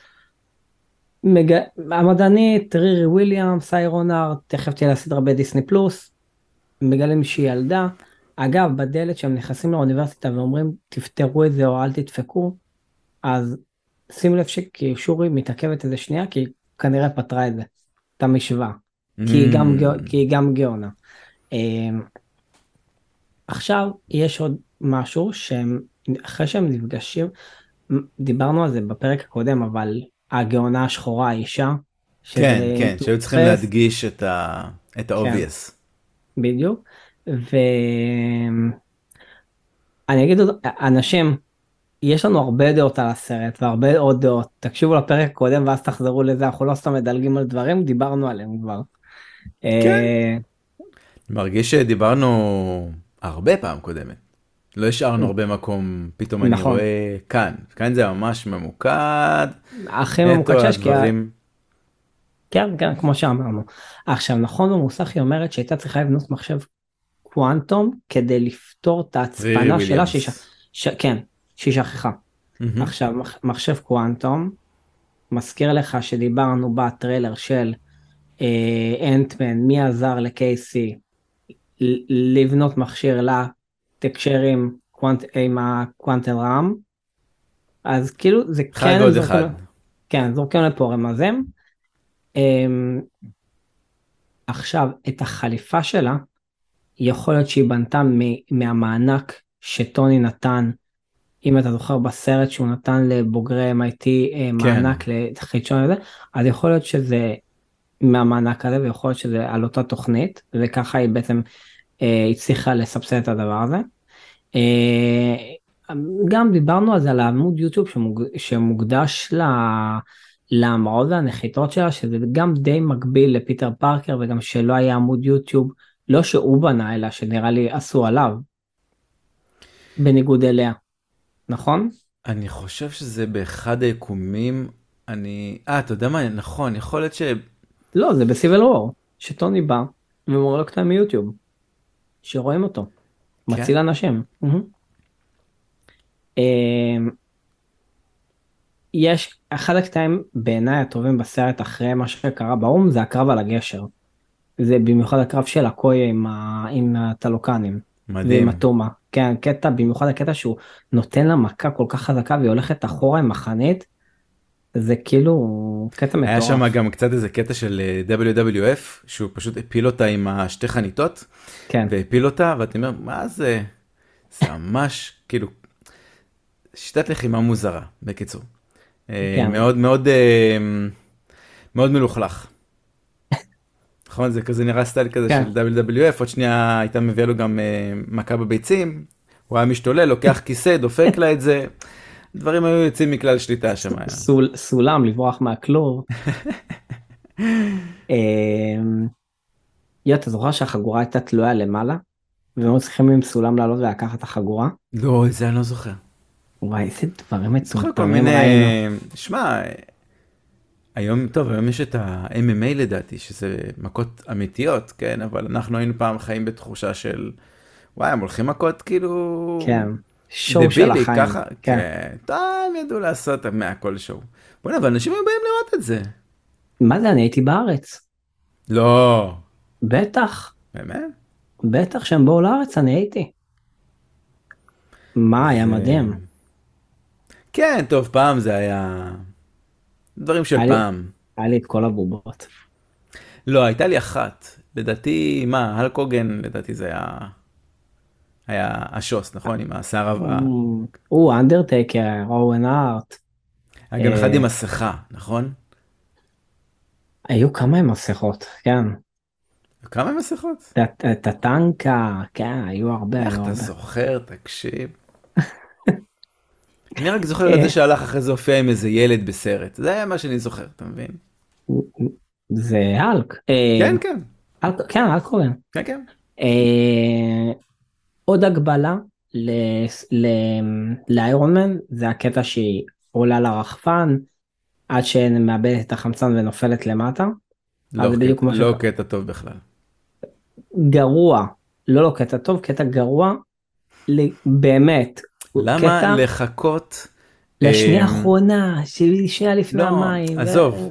המדענית, רירי וויליאם, סיירונר, תכף תהיה לסדרה בדיסני פלוס, מגלים שהיא ילדה. אגב, בדלת שהם נכנסים לאוניברסיטה ואומרים, תפתרו את זה או אל תדפקו, אז שים לב ששורי מתעכבת איזה שנייה, כי היא כנראה פתרה את זה, את המשוואה, כי היא גם גאונה. עכשיו יש עוד משהו שהם, אחרי שהם נפגשים, דיברנו על זה בפרק הקודם, אבל הגאונה השחורה, האישה, שזה כן, כן, שהיו צריכים טופס, להדגיש את כן, ה-obvious. בדיוק. ואני אגיד עוד, אנשים, יש לנו הרבה דעות על הסרט והרבה עוד דעות. תקשיבו לפרק הקודם ואז תחזרו לזה, אנחנו לא סתם מדלגים על דברים, דיברנו עליהם כבר. כן. אה, מרגיש שדיברנו הרבה פעם קודמת. לא השארנו הרבה מקום, פתאום אני נכון, רואה כאן. כאן זה ממש ממוקד, הכי ממוקד נטו שיש, כי הדברים. כן, כן, כמו שאמרנו. עכשיו, נכון במוסך היא אומרת שהייתה צריכה לבנות מחשב קוואנטום כדי לפתור את רירי ההצפנה שלה, וויליאמס. כן, שהיא שכחה. מהמם. עכשיו, מחשב קוואנטום, מזכיר לך שדיברנו בטריילר של אנטמן, מי עזר לקייסי לבנות מכשיר לתקשר עם הקוואנטל רם, אז כאילו זה חג כן, הם עוד זורקים, אחד. כן, זורקים לפה רמזים. אמ, עכשיו, את החליפה שלה, יכול להיות שהיא בנתה מהמענק שטוני נתן, אם אתה זוכר בסרט שהוא נתן לבוגרי MIT כן. מענק לחידשון הזה, אז יכול להיות שזה מהמענק הזה, ויכול להיות שזה על אותה תוכנית, וככה היא בעצם הצליחה לסבסד את הדבר הזה. גם דיברנו על זה, על העמוד יוטיוב שמוקדש להמראות והנחיתות שלה, שזה גם די מקביל לפיטר פארקר, וגם שלא היה עמוד יוטיוב, לא שהוא בנה, אלא שנראה לי עשו עליו, בניגוד אליה, נכון? אני חושב שזה באחד היקומים, אתה יודע מה, נכון, יכול להיות לא, זה בסיביל וור, שטוני בא ומורה לו קטעים מיוטיוב, שרואים אותו, כן. מציל אנשים. אמ, יש אחד הקטעים בעיניי הטובים בסרט אחרי מה שקרה באום, זה הקרב על הגשר. זה במיוחד הקרב של הקויה עם הטלוקנים ועם מדהים. התומה. כן, קטע, במיוחד הקטע שהוא נותן לה מכה כל כך חזקה והיא הולכת אחורה עם החנית, זה כאילו קטע היה שם מטורף. גם קצת איזה קטע של WWF, שהוא פשוט הפיל אותה עם השתי חניתות, כן, והפיל אותה, ואתה אומר, מה זה? זה ממש, כאילו, שיטת לחימה מוזרה, בקיצור. כן, מאוד מאוד, מאוד מלוכלך. נכון? זה כזה נראה סטייל כזה כן. של WWF, עוד שנייה הייתה מביאה לו גם מכה בביצים, הוא היה משתולל, לוקח כיסא, דופק לה את זה, דברים היו יוצאים מכלל שליטה שם היה. סולם לברוח מהכלוב. אתה זוכר שהחגורה הייתה תלויה למעלה? והם היו צריכים עם סולם לעלות ולקחת את החגורה? לא, את זה אני לא זוכר. וואי, איזה דברים זוכר כל מטומטמים מיני, ראינו. שמע, היום, טוב, היום יש את ה-MMA לדעתי, שזה מכות אמיתיות, כן, אבל אנחנו היינו פעם חיים בתחושה של, וואי, הם הולכים מכות כאילו, כן, שואו של דבילי, החיים. ככה, כן. כן, טוב, הם ידעו לעשות מהכל שואו. בוא'נה, אבל אנשים היו באים לראות את זה. מה זה, אני הייתי בארץ. לא, בטח, באמת? בטח שהם באו לארץ, אני הייתי. מה, היה זה... מדהים. כן, טוב, פעם זה היה דברים של היה לי, פעם. היה לי את כל הבובות. לא, הייתה לי אחת. לדעתי, מה, הלק הוגן, לדעתי זה היה השוס, נכון? עם השיער הבאה. אנדרטייקר, אורן הארט. היה גם אחד עם מסכה, נכון? היו כמה עם מסכות, כן. כמה מסכות? את הטנקה, כן, היו הרבה, איך היו אתה הרבה. זוכר? תקשיב. אני רק זוכר את אה, זה שהלך אחרי זה הופיע עם איזה ילד בסרט. זה היה מה שאני זוכר, אתה מבין? זה האלק. כן, כן. כן, האלק הוגן. כן, כן. עוד הגבלה לאיירון מן, זה הקטע שהיא עולה לרחפן, עד שמאבדת את החמצן ונופלת למטה. אז זה בדיוק כמו לא קטע טוב בכלל. גרוע, לא קטע טוב, קטע גרוע, באמת, למה קטע לחכות? לשנייה אמ, האחרונה, שנייה לפני לא, המים. עזוב.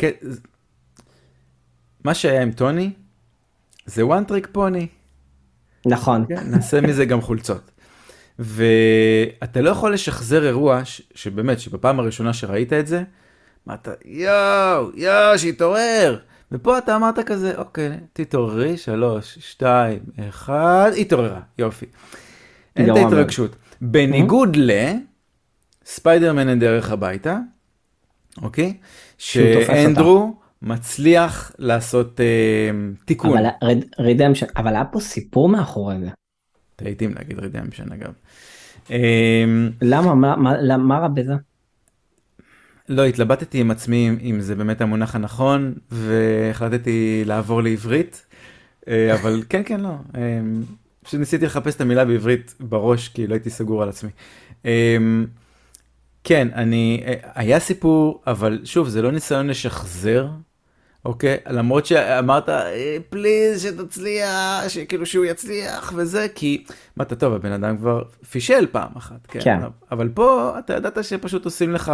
מה שהיה עם טוני, זה one trick pony. נכון, כן, נעשה מזה גם חולצות. ואתה לא יכול לשחזר אירוע שבאמת, שבפעם הראשונה שראית את זה, מה אתה, יואו, שיתעורר. ופה אתה אמרת כזה, אוקיי, תתעוררי, 3, 2, 1, התעוררה, יופי. אין את גרוע מאוד. ההתרגשות. בניגוד לספיידרמן אין דרך הביתה, אוקיי? שהוא תופס אותה. שאנדרו מצליח לעשות תיקון. אבל רידמפשן, אבל היה פה סיפור מאחורי זה. תהייתי אם להגיד רידמפשן אגב. למה? מה רע בזה? לא, התלבטתי עם עצמי אם זה באמת המונח הנכון, והחלטתי לעבור לעברית, אבל כן, כן, לא. פשוט ניסיתי לחפש את המילה בעברית בראש, כי לא הייתי סגור על עצמי. כן, היה סיפור, אבל שוב, זה לא ניסיון לשחזר, אוקיי? למרות שאמרת, פליז, שתצליח, שכאילו שהוא יצליח וזה, כי, מה אתה טוב, הבן אדם כבר פישל פעם אחת, כן? כן. אבל פה אתה ידעת שפשוט עושים לך,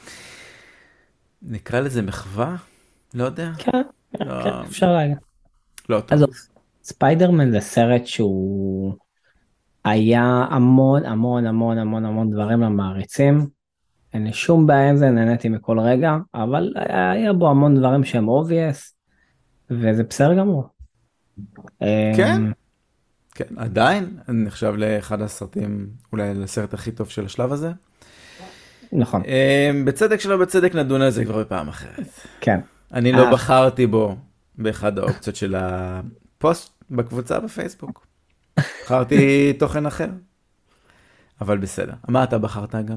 נקרא לזה מחווה? לא יודע. כן, לא, כן, אפשר להגיד. לא טוב. עזוב, ספיידרמן זה סרט שהוא היה המון המון המון המון המון דברים למעריצים. אין לי שום בעיה עם זה, נהניתי מכל רגע, אבל היה בו המון דברים שהם obvious, וזה בסדר גמור. כן, כן, עדיין נחשב לאחד הסרטים, אולי לסרט הכי טוב של השלב הזה. נכון, בצדק שלא בצדק נדון על זה כבר בפעם אחרת. כן. אני לא בחרתי בו באחד האופציות של הפוסט בקבוצה בפייסבוק. בחרתי תוכן אחר. אבל בסדר. מה אתה בחרת גם?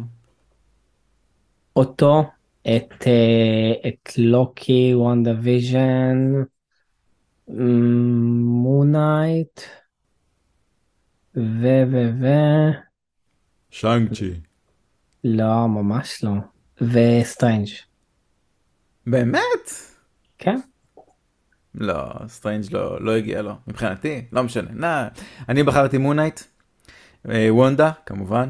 אותו, את לוקי, וונדה ויז'ן, מונייט, ו, שיינג-צ'י. לא, ממש לא, וסטרנג'. באמת? כן, לא, סטרנג' לא הגיע לו. מבחינתי, לא משנה. אני בחרתי מונייט, וונדה, כמובן,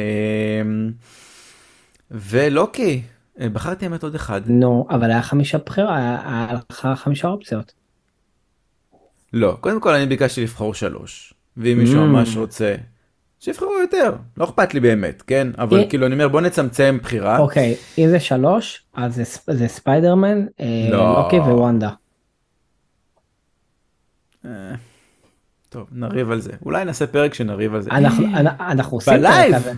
ולוקי. בחרתי האמת עוד אחד. נו, אבל היה 5 בחירה, היה לך 5 אופציות. לא, קודם כל אני ביקשתי לבחור 3, ואם מישהו ממש רוצה, שיבחרו יותר, לא אכפת לי באמת, כן? אבל כאילו אני אומר בוא נצמצם בחירה. אוקיי, אם זה 3, אז זה ספיידרמן, לוקי ווונדה. טוב, נריב על זה. אולי נעשה פרק שנריב על זה. אנחנו עושים פרק בלייב! כזה.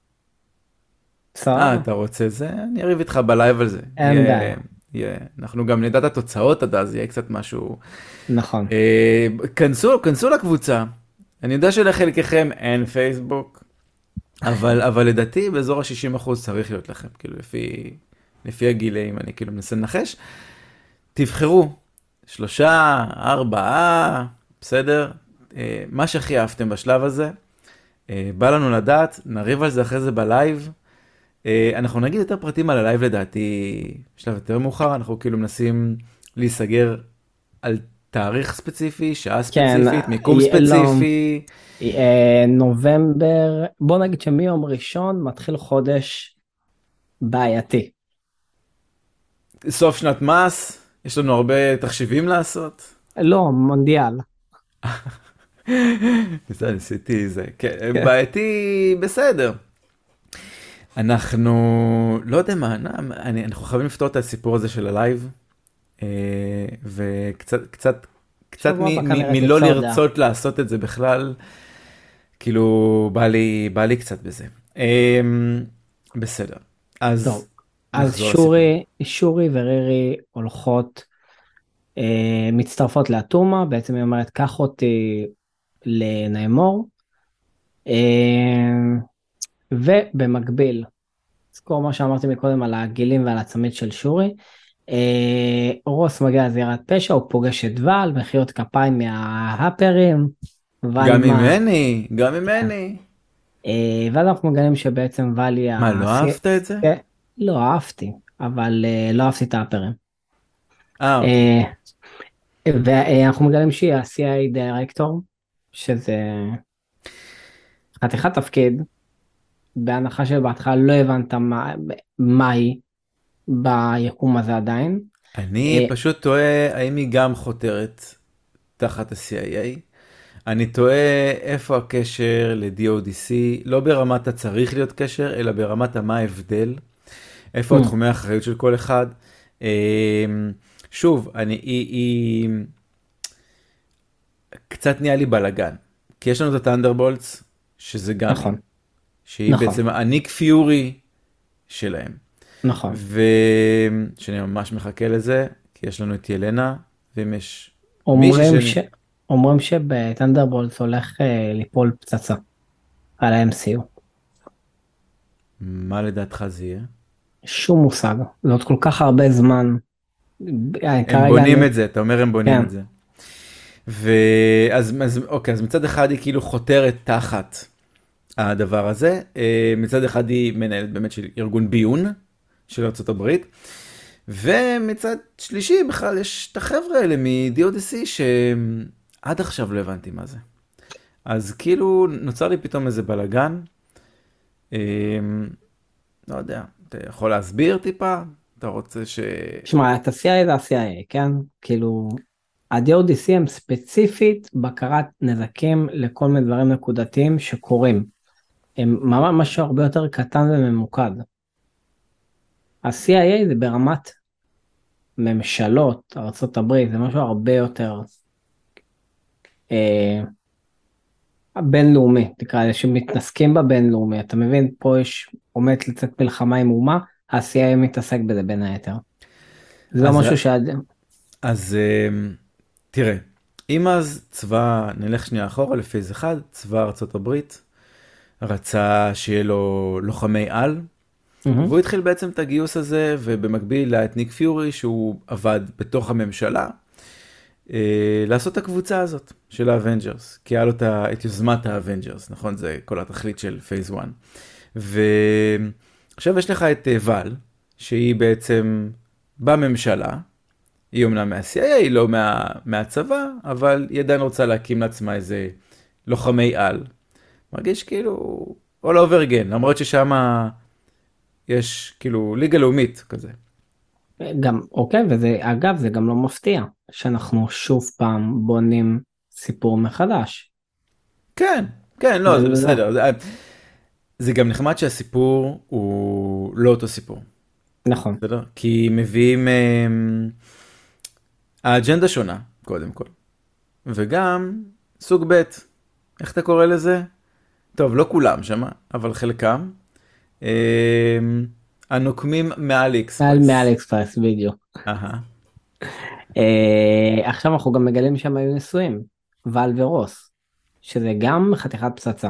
בסדר? אתה רוצה זה? אני אריב איתך בלייב על זה. אין בעיה. אנחנו גם נדע את התוצאות עד אז, יהיה קצת משהו. נכון. כנסו לקבוצה. אני יודע שלחלקכם אין פייסבוק, אבל לדעתי באזור ה-60% צריך להיות לכם, כאילו לפי הגילאים, אני כאילו מנסה לנחש. תבחרו 3, 4, בסדר? מה שהכי אהבתם בשלב הזה, בא לנו לדעת, נריב על זה אחרי זה בלייב. אנחנו נגיד יותר פרטים על הלייב לדעתי בשלב יותר מאוחר, אנחנו כאילו מנסים להיסגר על תאריך ספציפי, שעה ספציפית, מיקום ספציפי. נובמבר, בוא נגיד שמיום ראשון מתחיל חודש בעייתי. סוף שנת מס, יש לנו הרבה תחשיבים לעשות. לא, מונדיאל. ניסיתי זה, כן, בעייתי בסדר. אנחנו, לא יודע מה, אנחנו חייבים לפתור את הסיפור הזה של הלייב, וקצת מלא לרצות לעשות את זה בכלל, כאילו בא לי קצת בזה. בסדר. אז שורי ורירי הולכות, מצטרפות לאטומה, בעצם היא אומרת, קח אותי לניימור, ובמקביל, זכור מה שאמרתי מקודם על הגילים ועל הצמיד של שורי, רוס מגיע לזירת פשע, הוא פוגש את ואל, מחיאות כפיים מההאפרים. גם ממני, גם ממני. ואז אנחנו מגלים שבעצם ואל היא... מה, לא אהבת את זה? לא אהבתי, אבל לא אהבתי את ההאפרים. ואנחנו מגלים שהיא ה-CIA דירקטור, שזה חתיכת תפקיד, בהנחה שבהתחלה לא הבנת מה היא ביקום הזה עדיין. אני פשוט תוהה האם היא גם חותרת תחת ה-CIA. אני תוהה איפה הקשר ל-DODC, לא ברמת הצריך להיות קשר, אלא ברמת מה ההבדל, איפה התחומי האחריות של כל אחד. שוב, היא קצת נהיה לי בלגן. כי יש לנו את הטנדרבולטס, שזה גם היא. נכון, שהיא נכון, בעצם הניק פיורי שלהם. נכון. שאני ממש מחכה לזה, כי יש לנו את ילנה, ואם יש מישהי אומרים שאני... ש... אומרים שבטנדרבולטס הולך ליפול פצצה על ה-MCU. מה לדעתך זה יהיה? שום מושג. זה עוד כל כך הרבה זמן. הם כרגע בונים אני... את זה, אתה אומר הם בונים כן, את זה. אוקיי, אז מצד אחד היא כאילו חותרת תחת הדבר הזה, מצד אחד היא מנהלת באמת של ארגון ביון של ארצות הברית, ומצד שלישי בכלל יש את החבר'ה האלה מ-DODC שעד עכשיו לא הבנתי מה זה. אז כאילו נוצר לי פתאום איזה בלגן, לא יודע, אתה יכול להסביר טיפה? אתה רוצה ש... שמע, את ה-CIA זה ה-CIA, כן? כאילו, ה-DODC הם ספציפית בקרת נזקים לכל מיני דברים נקודתיים שקורים. הם ממש משהו הרבה יותר קטן וממוקד. ה-CIA זה ברמת ממשלות, ארצות הברית, זה משהו הרבה יותר אה, בינלאומי, תקרא לזה, שמתנסקים בבינלאומי. אתה מבין, פה יש עומדת לצאת מלחמה עם אומה, ה-CIA מתעסק בזה בין היתר. זה לא אז, משהו אז תראה, אם אז צבא, נלך שנייה אחורה לפייז אחד, צבא ארצות הברית, רצה שיהיה לו לוחמי על, והוא התחיל בעצם את הגיוס הזה, ובמקביל היה את ניק פיורי, שהוא עבד בתוך הממשלה, לעשות את הקבוצה הזאת של האבנג'רס, כי היה לו את יוזמת האבנג'רס, נכון? זה כל התכלית של פייז 1. ועכשיו יש לך את ואל, שהיא בעצם בממשלה, היא אומנם מה-CIA, היא לא מהצבא, אבל היא עדיין רוצה להקים לעצמה איזה לוחמי על. מרגיש כאילו all over again, למרות ששם יש כאילו ליגה לאומית כזה. גם, אוקיי, וזה, אגב, זה גם לא מפתיע, שאנחנו שוב פעם בונים סיפור מחדש. כן, כן, לא, זה זה, בסדר. זה גם נחמד שהסיפור הוא לא אותו סיפור. נכון. בסדר? כי מביאים... האג'נדה שונה, קודם כל. וגם סוג ב', איך אתה קורא לזה? טוב, לא כולם שמה, אבל חלקם. הנוקמים מעל מעל אקספרס. אקספרס, בדיוק. אהה. עכשיו אנחנו גם מגלים שהם היו נשואים, ואל ורוס, שזה גם חתיכת פצצה.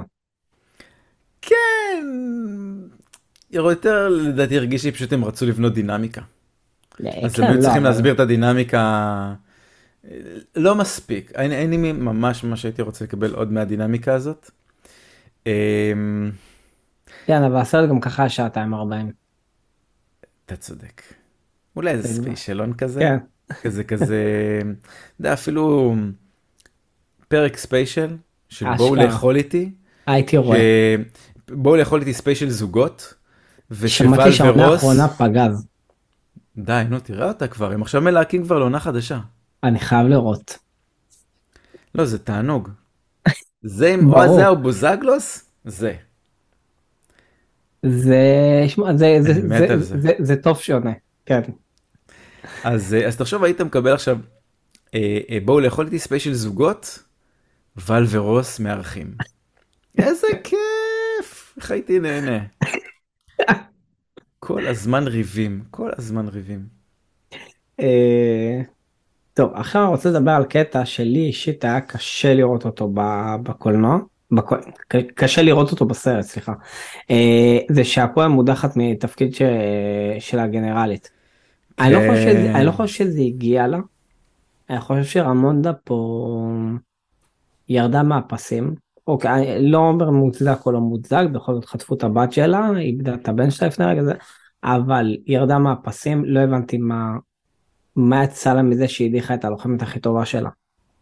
כן. יותר לדעתי הרגיש לי פשוט הם רצו לבנות דינמיקה. אז כן, הם היו לא, צריכים אבל... להסביר את הדינמיקה. לא מספיק. אני ממש ממש הייתי רוצה לקבל עוד מהדינמיקה הזאת. כן, אבל הסרט גם ככה 2:40. אתה צודק. אולי איזה ספיישלון כזה. כן. כזה, אתה יודע, אפילו פרק ספיישל של בואו אשכרה. לאכול איתי. הייתי רואה. בואו לאכול איתי ספיישל זוגות. ושבל שמעתי שהעונה ורוס. האחרונה פגז. די, נו, תראה אותה כבר. הם עכשיו מלהקים כבר לעונה חדשה. אני חייב לראות. לא, זה תענוג. זה עם ברור. או זה או בוזגלוס? זה. שמע, אני מת על זה. זה טוב שונה. כן. אז תחשוב, היית מקבל עכשיו, בואו לאכול איתי ספיישל זוגות, ול ורוס מארחים. איזה כיף! איך הייתי נהנה. כל הזמן ריבים, כל הזמן ריבים. טוב, עכשיו אני רוצה לדבר על קטע שלי אישית היה קשה לראות אותו בקולנוע. קשה לראות אותו בסרט, סליחה. זה שהפועל מודחת מתפקיד של הגנרלית. אני לא חושב שזה הגיע לה. אני חושב שרמונדה פה ירדה מהפסים. אוקיי, אני לא אומר מוצדק או לא מוצדק, בכל זאת חטפו את הבת שלה, איבדה את הבן שלה לפני רגע זה, אבל ירדה מהפסים, לא הבנתי מה יצא לה מזה שהיא הדיחה את הלוחמת הכי טובה שלה.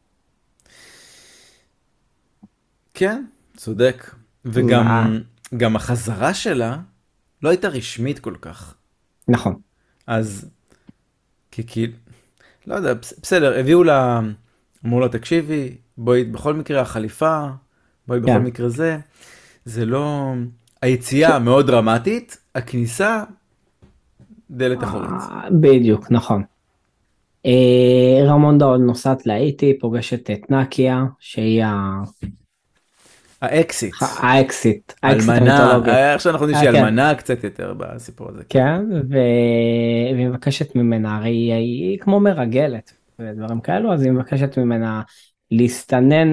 כן, צודק. וגם החזרה שלה לא הייתה רשמית כל כך. נכון. אז, כי, לא יודע, בסדר, הביאו לה, אמרו לה, תקשיבי, בואי, בכל מקרה החליפה, בואי בכל מקרה זה לא, היציאה מאוד דרמטית, הכניסה, דלת אחורית. בדיוק, נכון. רמונדה עוד נוסעת לאיטי, פוגשת את נקיה, שהיא האקסיט. האקסיט אלמנה, המיתולוגית. עכשיו אנחנו יודעים שהיא כן, אלמנה קצת יותר בסיפור הזה. כן, והיא מבקשת ממנה, הרי היא כמו מרגלת ודברים כאלו, אז היא מבקשת ממנה להסתנן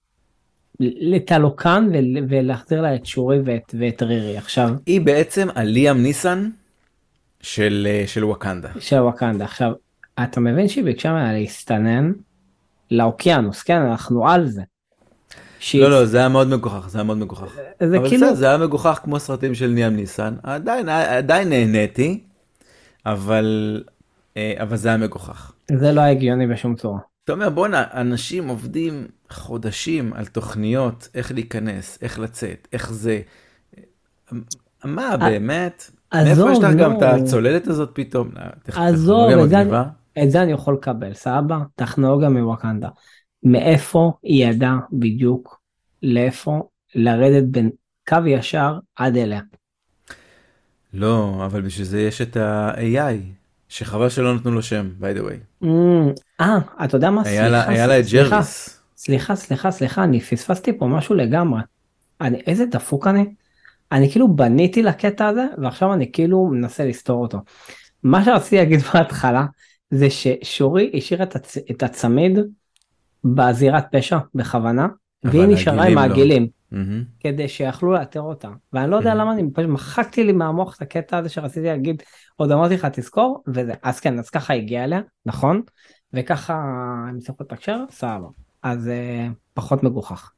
לתלוקן ולהחזיר לה את שורי ואת רירי. עכשיו, היא בעצם הליאם ניסן של ווקנדה. של ווקנדה. עכשיו, אתה מבין שהיא ביקשה ממנה להסתנן לאוקיינוס, כן, אנחנו על זה. לא, זה היה מאוד מגוחך, זה היה מאוד מגוחך. זה אבל כאילו, בסדר, זה היה מגוחך כמו סרטים של ליאם ניסן. עדיין נהניתי, אבל זה היה מגוחך. זה לא הגיוני בשום צורה. אתה אומר, בוא'נה, אנשים עובדים חודשים על תוכניות, איך להיכנס, איך לצאת, איך זה. מה, באמת? מאיפה יש לך גם את הצוללת הזאת פתאום? עזוב, טכנולוגיה מגניבה? את זה אני יכול לקבל, סבבה? טכנולוגיה מווקנדה. מאיפה היא ידעה בדיוק לאיפה לרדת בין קו ישר עד אליה? לא, אבל בשביל זה יש את ה-AI, שחבל שלא נתנו לו שם, by the way. אתה יודע מה? היה לה את ג'רוויס. סליחה, אני פספסתי פה משהו לגמרי. איזה דפוק אני כאילו בניתי לקטע הזה, ועכשיו אני כאילו מנסה לסתור אותו. מה שרציתי להגיד בהתחלה, זה ששורי השאיר את הצמיד בזירת פשע בכוונה, והיא נשארה עם העגילים, כדי שיכלו לאתר אותה. ואני לא יודע למה אני פשוט מחקתי לי מהמוח את הקטע הזה שרציתי להגיד, עוד אמרתי לך תזכור, וזה. אז כן, אז ככה הגיע אליה, נכון? וככה הם צריכו את הקשר, סבבה. אז פחות מגוחך.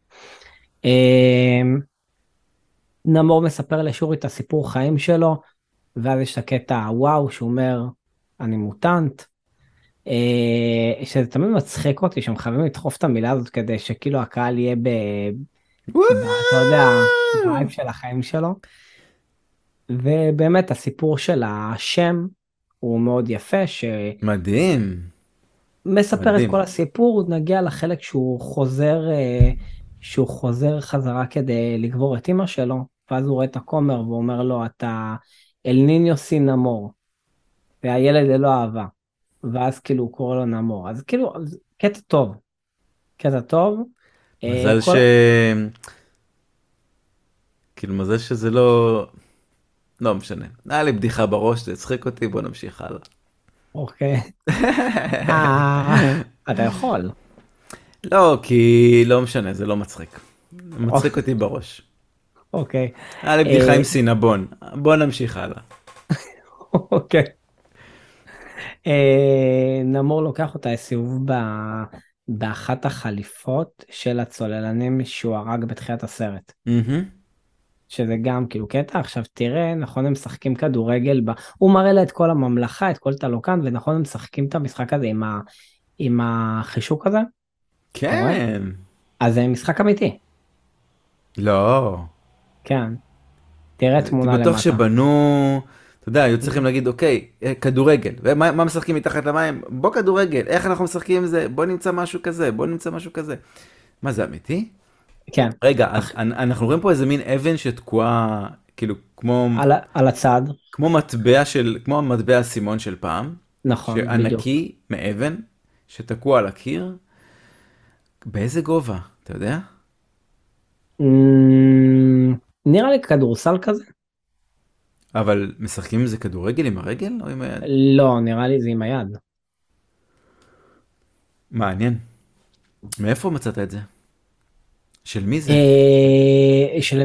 נמור מספר לשורי את הסיפור חיים שלו, ואז יש את הקטע וואו שהוא אומר, אני מוטנט, שזה תמיד מצחיק אותי שהם חייבים לדחוף את המילה הזאת כדי שכאילו הקהל יהיה אתה יודע, בייב של החיים שלו. ובאמת הסיפור של השם הוא מאוד יפה, מדהים. שמספר את כל הסיפור, נגיע לחלק שהוא חוזר חזרה כדי לגבור את אמא שלו, ואז הוא רואה את הכומר ואומר לו, אתה אל ניניו סין נמור, והילד ללא אהבה. ואז כאילו הוא קורא לו נמור, אז כאילו קטע טוב, קטע טוב. מזל כאילו מזל שזה לא משנה. היה לי בדיחה בראש, זה הצחיק אותי, בוא נמשיך הלאה. אוקיי. אתה יכול. לא, כי לא משנה, זה לא מצחיק. מצחיק אותי בראש. אוקיי. היה לי בדיחה עם סינבון, בוא נמשיך הלאה. אוקיי. נמור לוקח אותה סיבוב באחת החליפות של הצוללנים שהוא הרג בתחילת הסרט. שזה גם כאילו קטע, עכשיו תראה, נכון הם משחקים כדורגל, הוא מראה לה את כל הממלכה, את כל תלוקן, ונכון הם משחקים את המשחק הזה עם החישוק הזה? כן. אז זה משחק אמיתי. לא. כן. תראה תמונה למטה. בטוח שבנו, אתה יודע, היו צריכים להגיד, אוקיי, כדורגל, ומה משחקים מתחת למים? בוא כדורגל, איך אנחנו משחקים עם זה? בוא נמצא משהו כזה, מה זה אמיתי? כן. רגע, אז אנחנו רואים פה איזה מין אבן שתקועה, כאילו, כמו... על הצד. כמו מטבע הסימון של פעם. נכון, בדיוק. שענקי מאבן, שתקוע על הקיר. באיזה גובה, אתה יודע? נראה לי כדורסל כזה. אבל משחקים עם זה כדורגל עם הרגל או עם היד? לא, נראה לי זה עם היד. מעניין. מאיפה מצאת את זה? של מי זה? של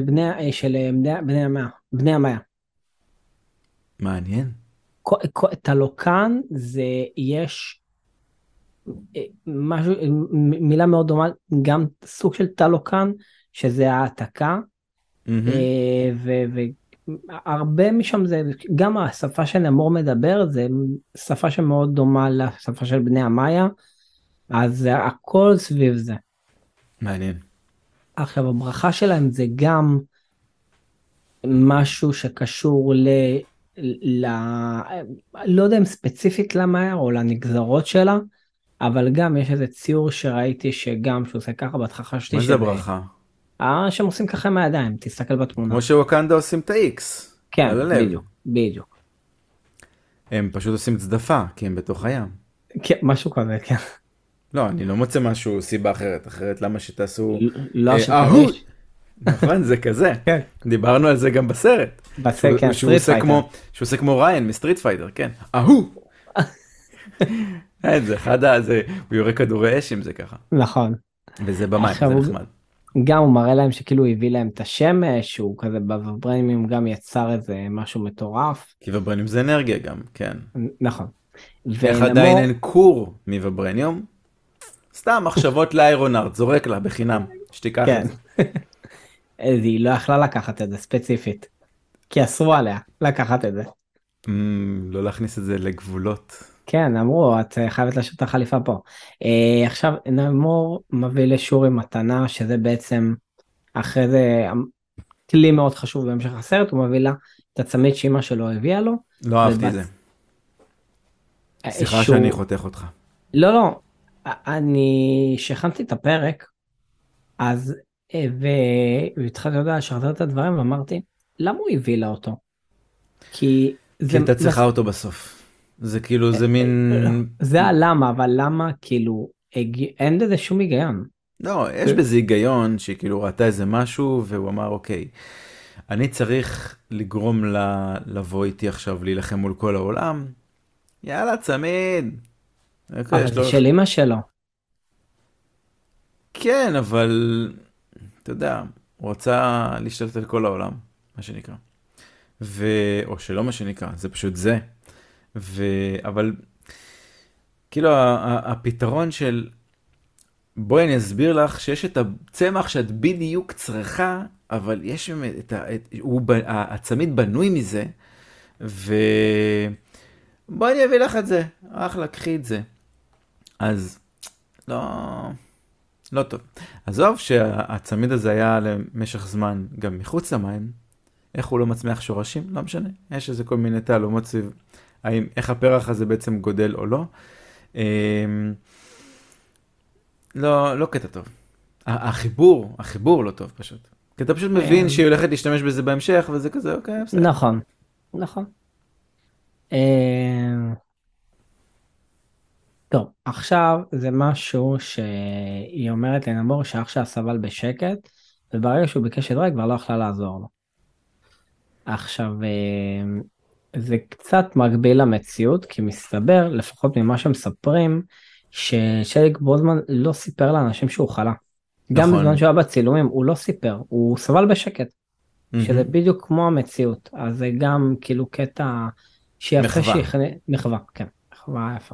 בני המאה. מעניין. תלוקן זה יש משהו, מילה מאוד דומה, גם סוג של תלוקן, שזה העתקה, והרבה משם זה, גם השפה שנמור מדבר, זה שפה שמאוד דומה לשפה של בני המאיה, אז הכל סביב זה. מעניין. עכשיו, הברכה שלהם זה גם משהו שקשור לא יודע אם ספציפית למאיה או לנגזרות שלה, אבל גם יש איזה ציור שראיתי שגם שהוא עושה ככה בהתחלה שלי. מה זה ברכה? שהם עושים ככה עם הידיים, תסתכל בתמונה. כמו שווקנדה עושים את ה-X. כן, בדיוק. הם פשוט עושים צדפה, כי הם בתוך הים. כן, משהו כזה, כן. לא, אני לא מוצא משהו, סיבה אחרת, אחרת למה שתעשו לא אהו, שתוריש. נכון, זה כזה. כן. דיברנו על זה גם בסרט. כן, סטריט פייטר. שהוא עושה כמו ריין מסטריט פייטר, כן. אהו! זה אחד הוא יורה כדורי אש אם זה ככה. נכון. וזה במים, עכשיו זה נחמד. גם הוא מראה להם שכאילו הוא הביא להם את השמש, הוא כזה בוויברניום גם יצר איזה משהו מטורף. כי וברניום זה אנרגיה גם, כן. נכון. איך עדיין ונמור, אין קור מווברניום? סתם מחשבות לאיירונארט, זורק לה בחינם, שתיקח את כן, זה. היא לא יכלה לקחת את זה ספציפית, כי אסרו עליה לקחת את זה. לא להכניס את זה לגבולות. כן, אמרו, את חייבת להשאיר את החליפה פה. עכשיו, נמור מביא לשורי מתנה, שזה בעצם, אחרי זה, כלי מאוד חשוב בהמשך הסרט, הוא מביא לה את הצמיד שאמא שלו הביאה לו. לא אהבתי את זה. סליחה שאני שהוא, חותך אותך. לא, לא, אני שכנתי את הפרק, אז, והתחלתי לדעת, לשחזר את הדברים, ואמרתי, למה הוא הביא לה אותו? כי כי זה, הייתה צריכה אותו בסוף. זה כאילו, זה מין... זה הלמה, אבל למה, כאילו, אין לזה שום היגיון. לא, יש בזה היגיון שהיא כאילו ראתה איזה משהו, והוא אמר, אוקיי, אני צריך לגרום לה לבוא איתי עכשיו להילחם מול כל העולם. יאללה, צמיד. אוקיי, אבל יש זה לו... של אמא שלו. כן, אבל אתה יודע, הוא רצה להשתלט על כל העולם, מה שנקרא. או שלא מה שנקרא, זה פשוט זה. אבל כאילו הפתרון של בואי אני אסביר לך שיש את הצמח שאת בדיוק צריכה, אבל יש שם הצמיד בנוי מזה, ובואי אני אביא לך את זה, אחלה, קחי את זה. אז לא, לא טוב. עזוב שהצמיד הזה היה למשך זמן גם מחוץ למים, איך הוא לא מצמיח שורשים? לא משנה. יש איזה כל מיני תעלומות סביב איך הפרח הזה בעצם גודל או לא. לא, לא קטע טוב. החיבור לא טוב פשוט. כי אתה פשוט מבין שהיא הולכת להשתמש בזה בהמשך, וזה כזה, אוקיי, בסדר. נכון, נכון. אה, טוב, עכשיו זה משהו שהיא אומרת לנמור שאח שלה סבל בשקט, וברגע שהוא ביקש עזרה היא כבר לא יכלה לעזור לו. עכשיו, זה קצת מקביל למציאות, כי מסתבר, לפחות ממה שמספרים, ששליק בוזמן לא סיפר לאנשים שהוא חלה. גם בזמן נכון. שהוא היה בצילומים, הוא לא סיפר, הוא סבל בשקט, שזה מהמם. בדיוק כמו המציאות. אז זה גם כאילו קטע שיפה מחווה. מחווה, כן, מחווה יפה.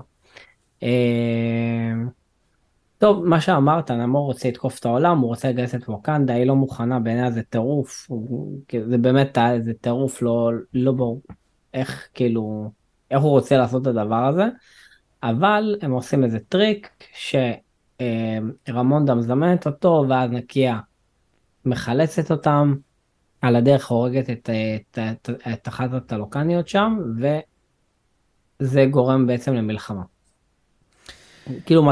טוב, מה שאמרת, נמור רוצה לתקוף את העולם, הוא רוצה לגייס את ווקנדה, היא לא מוכנה, בעיניה זה טירוף, כאילו, זה באמת זה טירוף, לא ברור איך כאילו, איך הוא רוצה לעשות את הדבר הזה, אבל הם עושים איזה טריק שרמונדה מזמנת אותו, ואז נקיה מחלצת אותם, על הדרך הורגת את אחת הטלוקניות שם, וזה גורם בעצם למלחמה. כאילו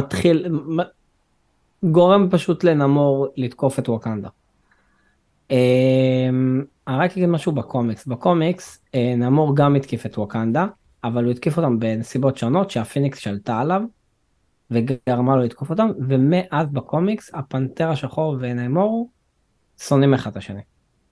גורם פשוט לנמור לתקוף את ווקנדה. אני רק אגיד משהו בקומיקס. בקומיקס נמור גם התקיף את ווקנדה, אבל הוא התקיף אותם בנסיבות שונות שהפיניקס שלטה עליו, וגרמה לו לתקוף אותם, ומאז בקומיקס הפנתר השחור ונמור שונאים אחד את השני.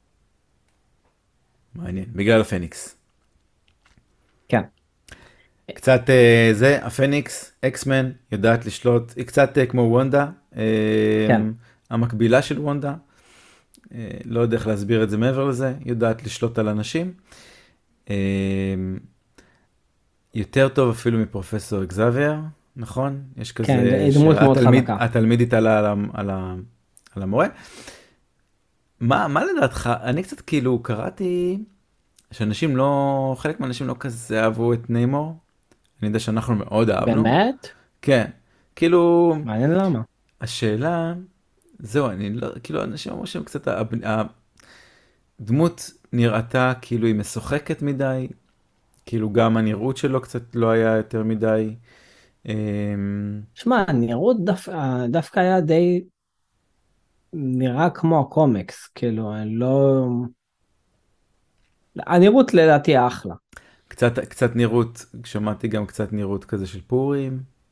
מעניין. בגלל הפניקס. כן, קצת זה, הפניקס, אקסמן, יודעת לשלוט, היא קצת כמו וונדה, כן. המקבילה של וונדה, לא יודע איך להסביר את זה מעבר לזה, יודעת לשלוט על אנשים. יותר טוב אפילו מפרופסור אקזאבייר, נכון? יש כן, כזה היא דמות מאוד חזקה. שהתלמיד התעלה על המורה. מה לדעתך? אני קצת כאילו קראתי שאנשים לא, חלק מהאנשים לא כזה אהבו את ניימור. אני יודע שאנחנו מאוד אהבנו. באמת? כן. כאילו, מעניין למה. השאלה, זהו, אני לא, כאילו אנשים אמרו שהם קצת, הדמות נראתה כאילו היא משוחקת מדי, כאילו גם הנראות שלו קצת לא היה יותר מדי. שמע, הנראות דווקא היה די נראה כמו הקומיקס, כאילו, אני לא... הנראות לדעתי אחלה. קצת נראות, שמעתי גם קצת נראות כזה של פורים.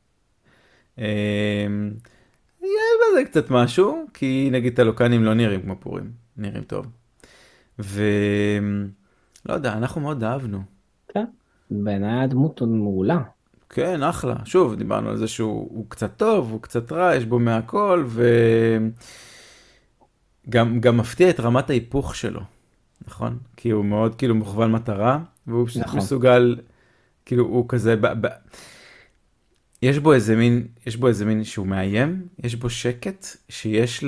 אמ, יש בזה קצת משהו, כי נגיד טלוקנים לא נראים כמו פורים, נראים טוב. ולא יודע, אנחנו מאוד אהבנו. כן, בעיניי הדמות עוד מעולה. כן, אחלה. שוב, דיברנו על זה שהוא קצת טוב, הוא קצת רע, יש בו מהכל, וגם מפתיע את רמת ההיפוך שלו, נכון? כי הוא מאוד כאילו מוכוון מטרה, והוא פשוט נכון. מסוגל, כאילו הוא כזה, יש בו איזה מין שהוא מאיים, יש בו שקט שיש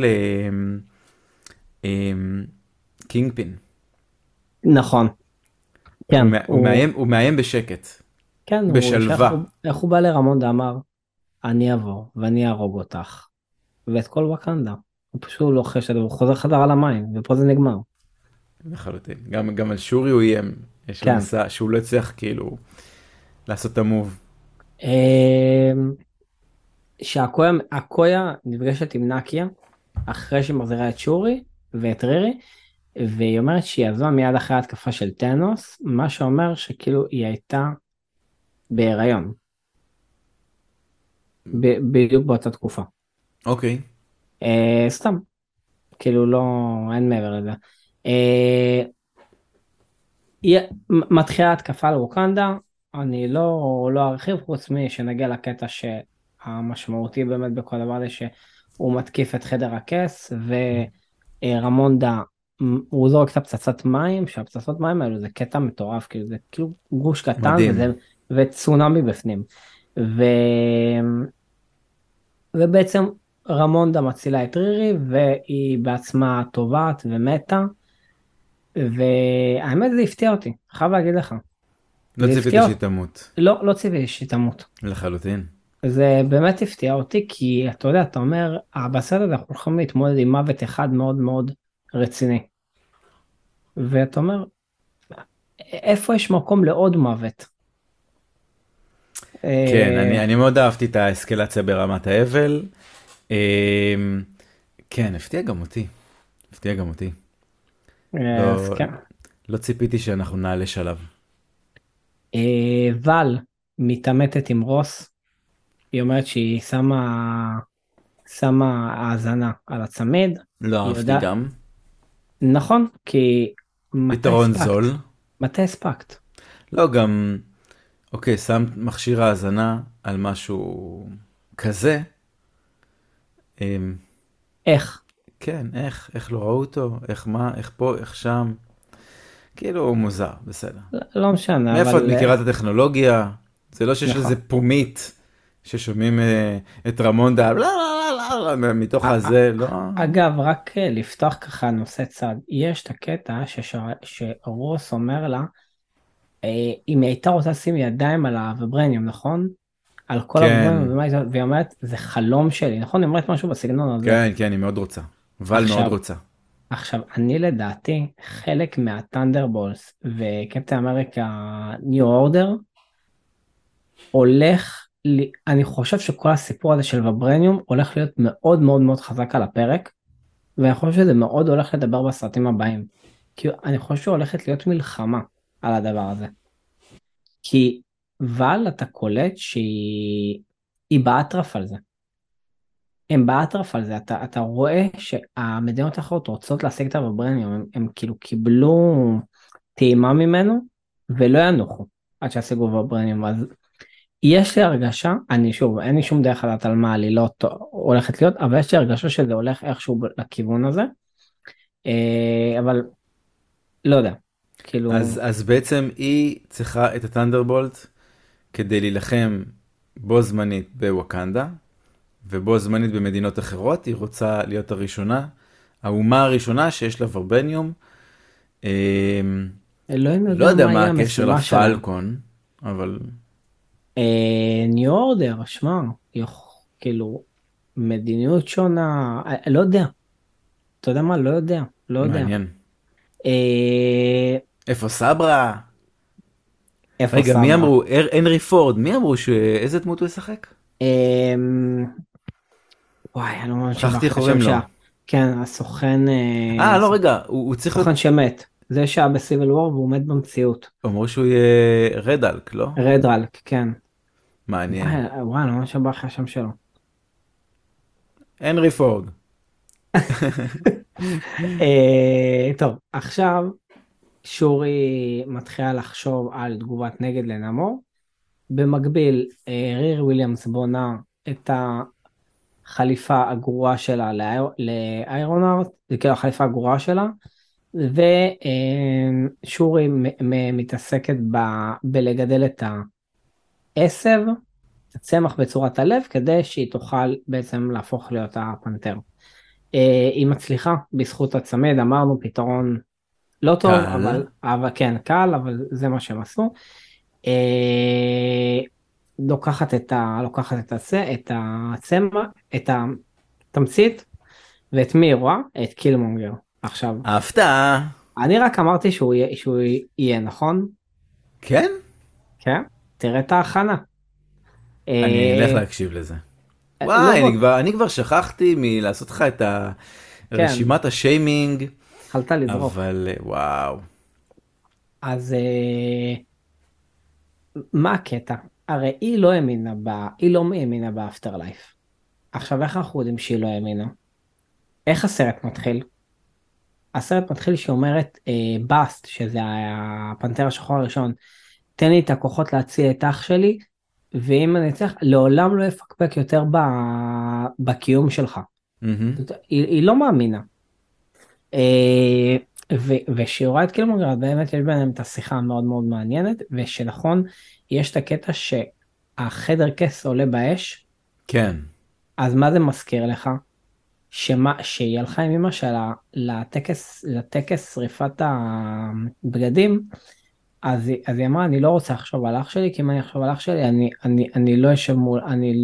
קינג פין. נכון. כן, הוא מאיים בשקט, כן, בשלווה. איך הוא בא לרמונדה אמר, אני אבוא ואני אהרוג אותך, ואת כל וואקנדה. הוא פשוט לוחש, הוא חוזר חזרה למים, ופה זה נגמר. לחלוטין. גם על שורי הוא איים, יש לו כן. ניסה שהוא לא הצליח כאילו לעשות את המוב. אמ, שהקויה נפגשת עם נקיה, אחרי שהיא מחזירה את שורי ואת רירי, והיא אומרת שהיא עזבה מיד אחרי ההתקפה של טנוס, מה שאומר שכאילו היא הייתה בהיריון. בדיוק באותה תקופה. אוקיי. סתם, כאילו לא, אין מעבר לזה. אה, מתחילה התקפה על ווקנדה, אני לא ארחיב חוץ שנגיע לקטע שהמשמעותי באמת בכל דבר הזה שהוא מתקיף את חדר הכס ורמונדה הוא זורק את הפצצת מים, שהפצצות מים האלו זה קטע מטורף, כאילו זה כאילו גוש קטן וצונאמי בפנים. ובעצם רמונדה מצילה את רירי והיא בעצמה טובעת ומתה. והאמת זה הפתיע אותי, חייב להגיד לך. לא ציפיתי שהיא תמות. לא ציפיתי שהיא תמות. לחלוטין. זה באמת הפתיע אותי, כי אתה יודע, אתה אומר, בסרט הזה אנחנו הולכים להתמודד עם מוות אחד מאוד מאוד רציני. ואתה אומר, איפה יש מקום לעוד מוות? כן, אני מאוד אהבתי את האסקלציה ברמת האבל. כן, הפתיע גם אותי. הפתיע גם אותי. לא ציפיתי שאנחנו נעלה שלב. ול מתעמתת עם רוס, היא אומרת שהיא שמה האזנה על הצמיד. לא אהבתי גם. נכון, כי פתרון זול. מתי הספקת? לא, גם, אוקיי, שם מכשיר האזנה על משהו כזה. איך? כן, איך לא ראו אותו, איך מה, איך פה, איך שם. כאילו הוא מוזר, בסדר. לא משנה. מאיפה את מכירה את הטכנולוגיה? זה לא שיש נכון. איזה פומית ששומעים את רמונדה, מתוך הזה, לא. אגב, רק לפתוח ככה נושא צד, יש את הקטע שרוס אומר לה, אם היא הייתה רוצה לשים ידיים על הוויברניום, נכון? על כל הוויברניום, והיא אומרת, זה חלום שלי, נכון? היא אומרת משהו בסגנון הזה. כן, כן, היא מאוד רוצה. ול מאוד רוצה. עכשיו, אני לדעתי, חלק מהטנדרבולס וקפטן אמריקה ניו אורדר, אני חושב שכל הסיפור הזה של ויברניום הולך להיות מאוד מאוד מאוד חזק על הפרק, ואני חושב שזה מאוד הולך לדבר בסרטים הבאים. כי אני חושב שהולכת להיות מלחמה על הדבר הזה. כי ול אתה קולט שהיא באטרף על זה. הם באטרף על זה, אתה רואה שהמדינות האחרות רוצות להשיג את הוויברניום, הם כאילו קיבלו טעימה ממנו, ולא ינוחו עד שישיגו ויברניום. אז יש לי הרגשה, אין לי שום דרך לדעת על מה העלילות הולכת להיות, אבל יש לי הרגשה שזה הולך איכשהו לכיוון הזה, אבל לא יודע. כאילו... אז בעצם היא צריכה את הטנדרבולט כדי להילחם בו זמנית בווקנדה, ובו זמנית במדינות אחרות. היא רוצה להיות הראשונה, האומה הראשונה שיש לה ויברניום. לא יודע מה הקשר לפלקון, אבל... ניו אורדר, שמע, כאילו, מדיניות שונה, לא יודע. אתה יודע מה? לא יודע. מעניין. איפה סברה? רגע, מי אמרו? הנרי פורד, מי אמרו איזה דמות הוא ישחק? וואי, אני לא ממש שכחתי איך קוראים לו. כן, הסוכן... לא, רגע, הוא צריך... סוכן שמת. זה שהיה בסיביל וור והוא מת במציאות. אמרו שהוא יהיה רדלק, לא? רדלק, כן. מעניין. וואי, אני ממש בא אחרי השם שלו. הנרי פורד. טוב, עכשיו שורי מתחילה לחשוב על תגובת נגד לנמור. במקביל, ריר וויליאמס בונה את החליפה הגרועה שלה לאיירונארט, זה כאילו החליפה הגרועה שלה, ושורי מתעסקת בלגדל את העשב, את הצמח בצורת הלב, כדי שהיא תוכל בעצם להפוך להיות הפנתר. היא מצליחה בזכות הצמד, אמרנו פתרון לא טוב, קל. אבל כן, קל, אבל זה מה שהם עשו. לוקחת את הצמח, את התמצית, ואת מי היא רואה? את קילמונגר. עכשיו, ההפתעה. אני רק אמרתי שהוא יהיה, נכון? כן? כן? תראה את ההכנה. אני אלך אה, להקשיב לזה. לא וואי, בוא, אני כבר שכחתי מלעשות לך את כן, רשימת השיימינג, התחלת לזרוק. אבל וואו. אז מה הקטע? הרי היא לא האמינה באפטר לייף. עכשיו, איך אנחנו יודעים שהיא לא האמינה? איך הסרט מתחיל? הסרט מתחיל שהיא אומרת, באסט, שזה הפנתר השחור הראשון, תן לי את הכוחות להציל את אח שלי, ואם אני צריך, לעולם לא יפקפק יותר בקיום שלך. מהמם. היא לא מאמינה. אה, וכשהיא רואה את קילמונגר, באמת יש ביניהם את השיחה המאוד מאוד מעניינת, ושנכון, יש את הקטע שהחדר כס עולה באש, כן. אז מה זה מזכיר לך? שהיא הלכה עם אמא שלה לטקס שריפת הבגדים, אז היא אמרה, אני לא רוצה לחשוב על אח שלי, כי אם אני אחשוב על אח שלי, אני לא אשב מול,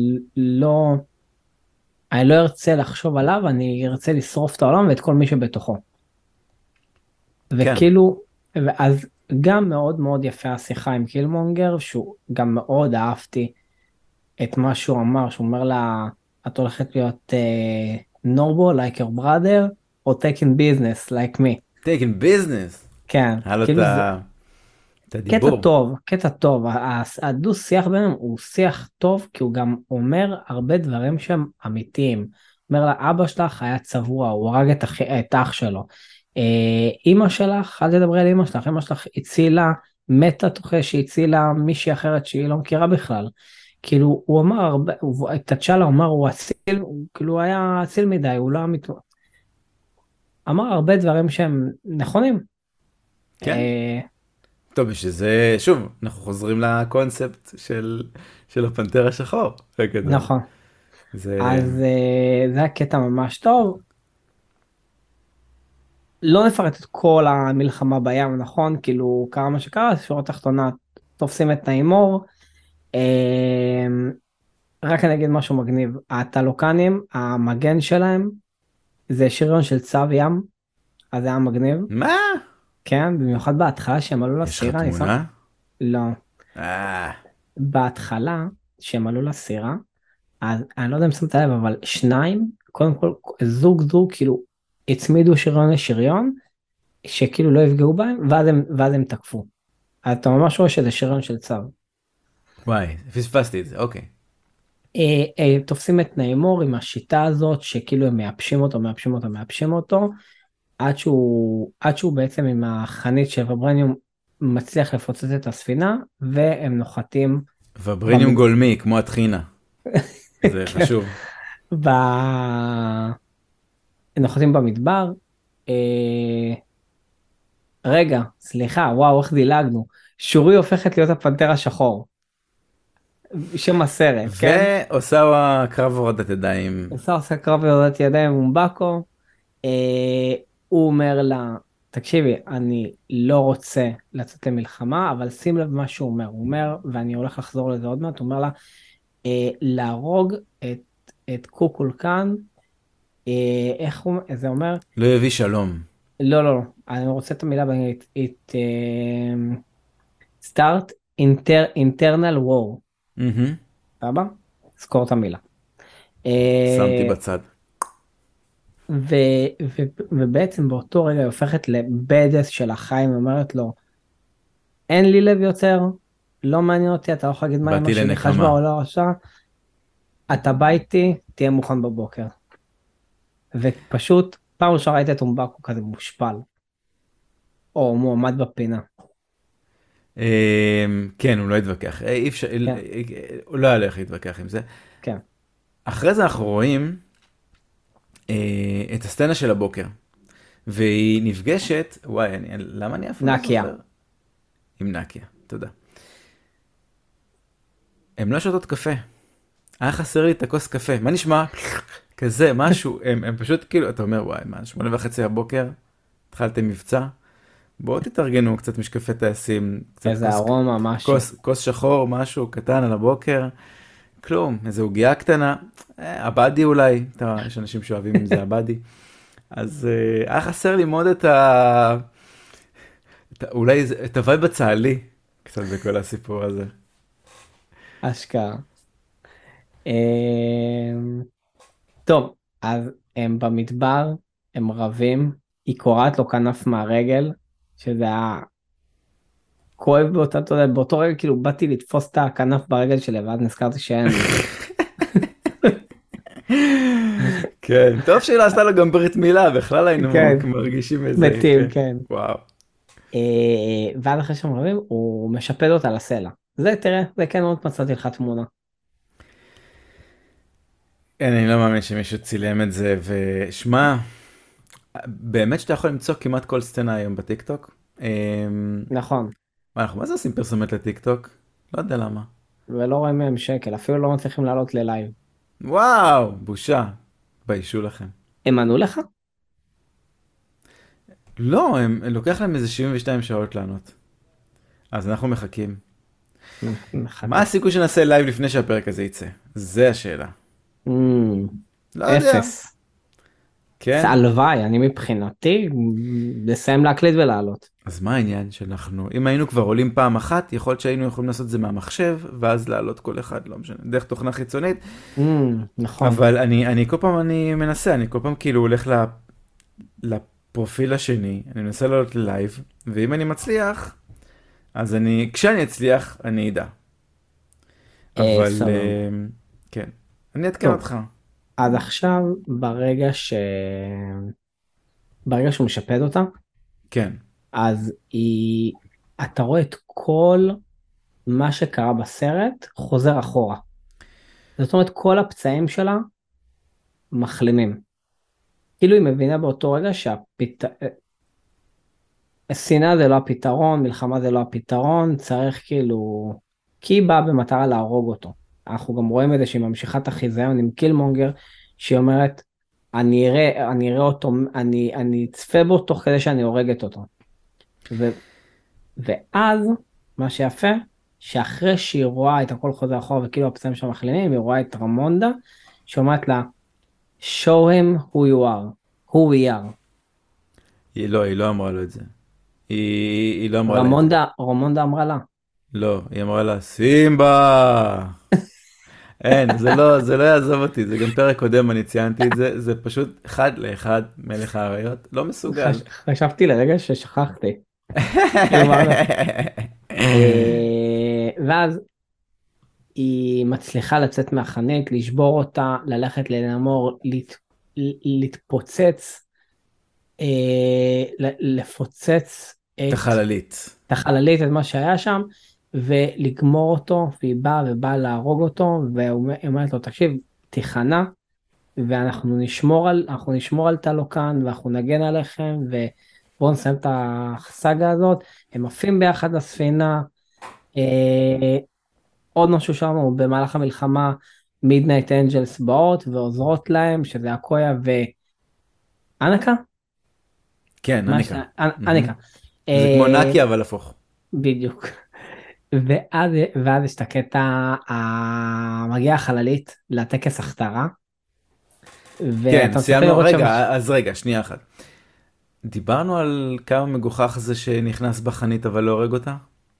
אני לא ארצה לחשוב עליו, אני ארצה לשרוף את העולם ואת כל מי שבתוכו. כן. וכאילו, ואז גם מאוד מאוד יפה השיחה עם קילמונגר, שהוא גם מאוד אהבתי את מה שהוא אמר, שהוא אומר לה, את הולכת להיות noble like your brother, או taking business like me. taking business. כן, היה לו כאילו זה את הדיבור. קטע טוב, הדו שיח ביניהם הוא שיח טוב, כי הוא גם אומר הרבה דברים שהם אמיתיים. אומר לה, אבא שלך היה צבוע, הוא הרג את אח שלו. אמא שלך, אל תדברי על אמא שלך, אמא שלך הצילה, מתה תוכה שהצילה מישהי אחרת שהיא לא מכירה בכלל. כאילו הוא אמר הרבה, תצ'אלה אומר הוא אציל, כאילו הוא היה אציל מדי, הוא לא אמר הרבה דברים שהם נכונים. כן. אה, טוב, שזה, שוב, אנחנו חוזרים לקונספט של הפנתר השחור. בגדול. נכון. זה... אז זה הקטע ממש טוב. לא נפרט את כל המלחמה בים, נכון? כאילו קרה מה שקרה, שורה תחתונה תופסים את נעימור. אה, רק אני אגיד משהו מגניב, הטלוקנים, המגן שלהם, זה שריון של צב ים, אז זה היה מגניב. מה? כן, במיוחד בהתחלה שהם עלו יש לך לסירה, תמונה? לא. אה, בהתחלה שהם עלו לסירה, אז אני לא יודע אם שמת לב, אבל שניים, קודם כל זוג, כאילו הצמידו שריון לשריון, שכאילו לא יפגעו בהם, ואז הם תקפו. אז אתה ממש רואה שזה שריון של צו. וואי, פספסתי את זה, אוקיי. תופסים את נעימור עם השיטה הזאת, שכאילו הם מייבשים אותו, עד שהוא בעצם עם החנית של וברניום מצליח לפוצץ את הספינה, והם נוחתים וברניום גולמי, כמו הטחינה. זה כן, חשוב. ב... נוחתים במדבר. אה, רגע, סליחה, וואו, איך דילגנו. שורי הופכת להיות הפנתר השחור. שם הסרט, כן? ועושה קרב הורדת ידיים. עושה קרב יורדת ידיים עם אומבקו. הוא אומר לה, תקשיבי, אני לא רוצה לצאת למלחמה, אבל שים לב מה שהוא אומר. הוא אומר, ואני הולך לחזור לזה עוד מעט, הוא אומר לה, להרוג את קוקולקן, איך הוא, זה אומר? לא יביא שלום. לא, אני רוצה את המילה באנגלית, start internal war, מהמם. סבבה? זכור את המילה. שמתי בצד. ובעצם באותו רגע היא הופכת לבדס של החיים, אומרת לו, אין לי לב יותר, לא מעניין אותי, אתה לא יכול להגיד מה אמא באתי שלי לנקמה. חשבה או לא רשעה, אתה בא איתי, תהיה מוכן בבוקר. ופשוט פעם ראשונה ראיתי את טומבקו כזה מושפל, או מועמד בפינה. כן, הוא לא התווכח. אי אפשר, כן, הוא לא היה הולך להתווכח עם זה. כן. אחרי זה אנחנו רואים את הסצנה של הבוקר, והיא נפגשת, וואי, למה אני אף פעם לא נקיה. זוכר? עם נקיה, תודה. הם לא שותות קפה. היה חסר לי את הכוס קפה. מה נשמע? כזה, משהו. הם פשוט כאילו, אתה אומר, וואי, מה, 8:30 הבוקר? התחלתם מבצע? בואו תתארגנו קצת משקפי טייסים, קצת איזה ארומה, משהו. כוס שחור, משהו קטן על הבוקר. כלום, איזו עוגיה קטנה. עבדי אולי, יש אנשים שאוהבים אם זה עבדי. אז היה חסר לי מאוד אולי את הווייב הצה"לי, קצת בכל הסיפור הזה. אשכרה. אמ, טוב, אז הם במדבר, הם רבים, היא קורעת לו כנף מהרגל, שזה היה כואב באותה, אתה יודע, באותו רגע כאילו באתי לתפוס את הכנף ברגל שלי, ואז נזכרתי שאין לי. כן, טוב שהיא לא עשתה לו גם ברית מילה, בכלל היינו כן, מרגישים איזה, מתים, כן, כן. וואו. ואז אחרי שהם רבים, הוא משפד אותה לסלע. זה, תראה, זה כן מאוד מצאתי לך תמונה. כן, אני לא מאמין שמישהו צילם את זה, ושמע, באמת שאתה יכול למצוא כמעט כל סצנה היום בטיקטוק. נכון, אנחנו מה זה עושים פרסומת לטיקטוק? לא יודע למה. ולא רואים מהם שקל, אפילו לא מצליחים לעלות ללייב. וואו, בושה. ביישו לכם. הם ענו לך? לא, לוקח להם איזה 72 שעות לענות. אז אנחנו מחכים. מה מחכה. הסיכוי שנעשה לייב לפני שהפרק הזה יצא? זה השאלה. לא יודע. אפס. כן. הלוואי, אני מבחינתי, לסיים להקליט ולעלות. אז מה העניין שאנחנו, אם היינו כבר עולים פעם אחת, יכול להיות שהיינו יכולים לעשות את זה מהמחשב, ואז לעלות כל אחד, לא משנה, דרך תוכנה חיצונית. נכון. אבל אני כל פעם אני מנסה, אני כל פעם כאילו הולך לפרופיל השני, אני מנסה לעלות ללייב, ואם אני מצליח, אז כשאני אצליח, אני אדע. אבל, סבבה. כן, אני אעדכן טוב, אותך. אז עכשיו, ברגע שהוא משפד אותה, כן. אז אתה רואה את כל מה שקרה בסרט חוזר אחורה. זאת אומרת, כל הפצעים שלה מחלימים. כאילו היא מבינה באותו רגע שנאה זה לא הפתרון, מלחמה זה לא הפתרון, צריך כאילו... כי היא באה במטרה להרוג אותו. אנחנו גם רואים את זה שהיא ממשיכה את החיזיון עם קילמונגר, שהיא אומרת, אני אראה אותו, אני אצפה בו תוך כדי שאני הורגת אותו. ואז, מה שיפה, שאחרי שהיא רואה את הכל חוזר אחורה וכאילו הפצעים שם מחלימים, היא רואה את רמונדה, שאומרת לה, show him who you are, who we are. היא לא אמרה לו את זה. היא לא אמרה לה את זה. רמונדה אמרה לה. לא, היא אמרה לה, סימבה! אין, זה לא יעזוב אותי, זה גם פרק קודם אני ציינתי את זה, זה פשוט אחד לאחד מלך האריות, לא מסוגל. חשבתי לרגע ששכחתי. ואז היא מצליחה לצאת מהחנית, לשבור אותה, ללכת לנמור, להתפוצץ, לפוצץ את החללית. את החללית, את מה שהיה שם, ולגמור אותו, והיא באה להרוג אותו, והיא אומרת לו, תקשיב, תיכנע, ואנחנו נשמור על טלוקן, ואנחנו נגן עליכם, ובואו נסיים את הסאגה הזאת. הם עפים ביחד לספינה. עוד משהו שם, הוא במהלך המלחמה, מידנייט אנג'לס באות ועוזרות להם, שזה הקויה ואנקה? כן, אניקה. אניקה. זה כמו נקי אבל הפוך. בדיוק. ואז יש את הקטע, מגיע החללית לטקס הכתרה. כן, סיימנו, רגע, אז רגע, שנייה אחת. דיברנו על כמה מגוחך זה שנכנס בחנית אבל לא הורג אותה?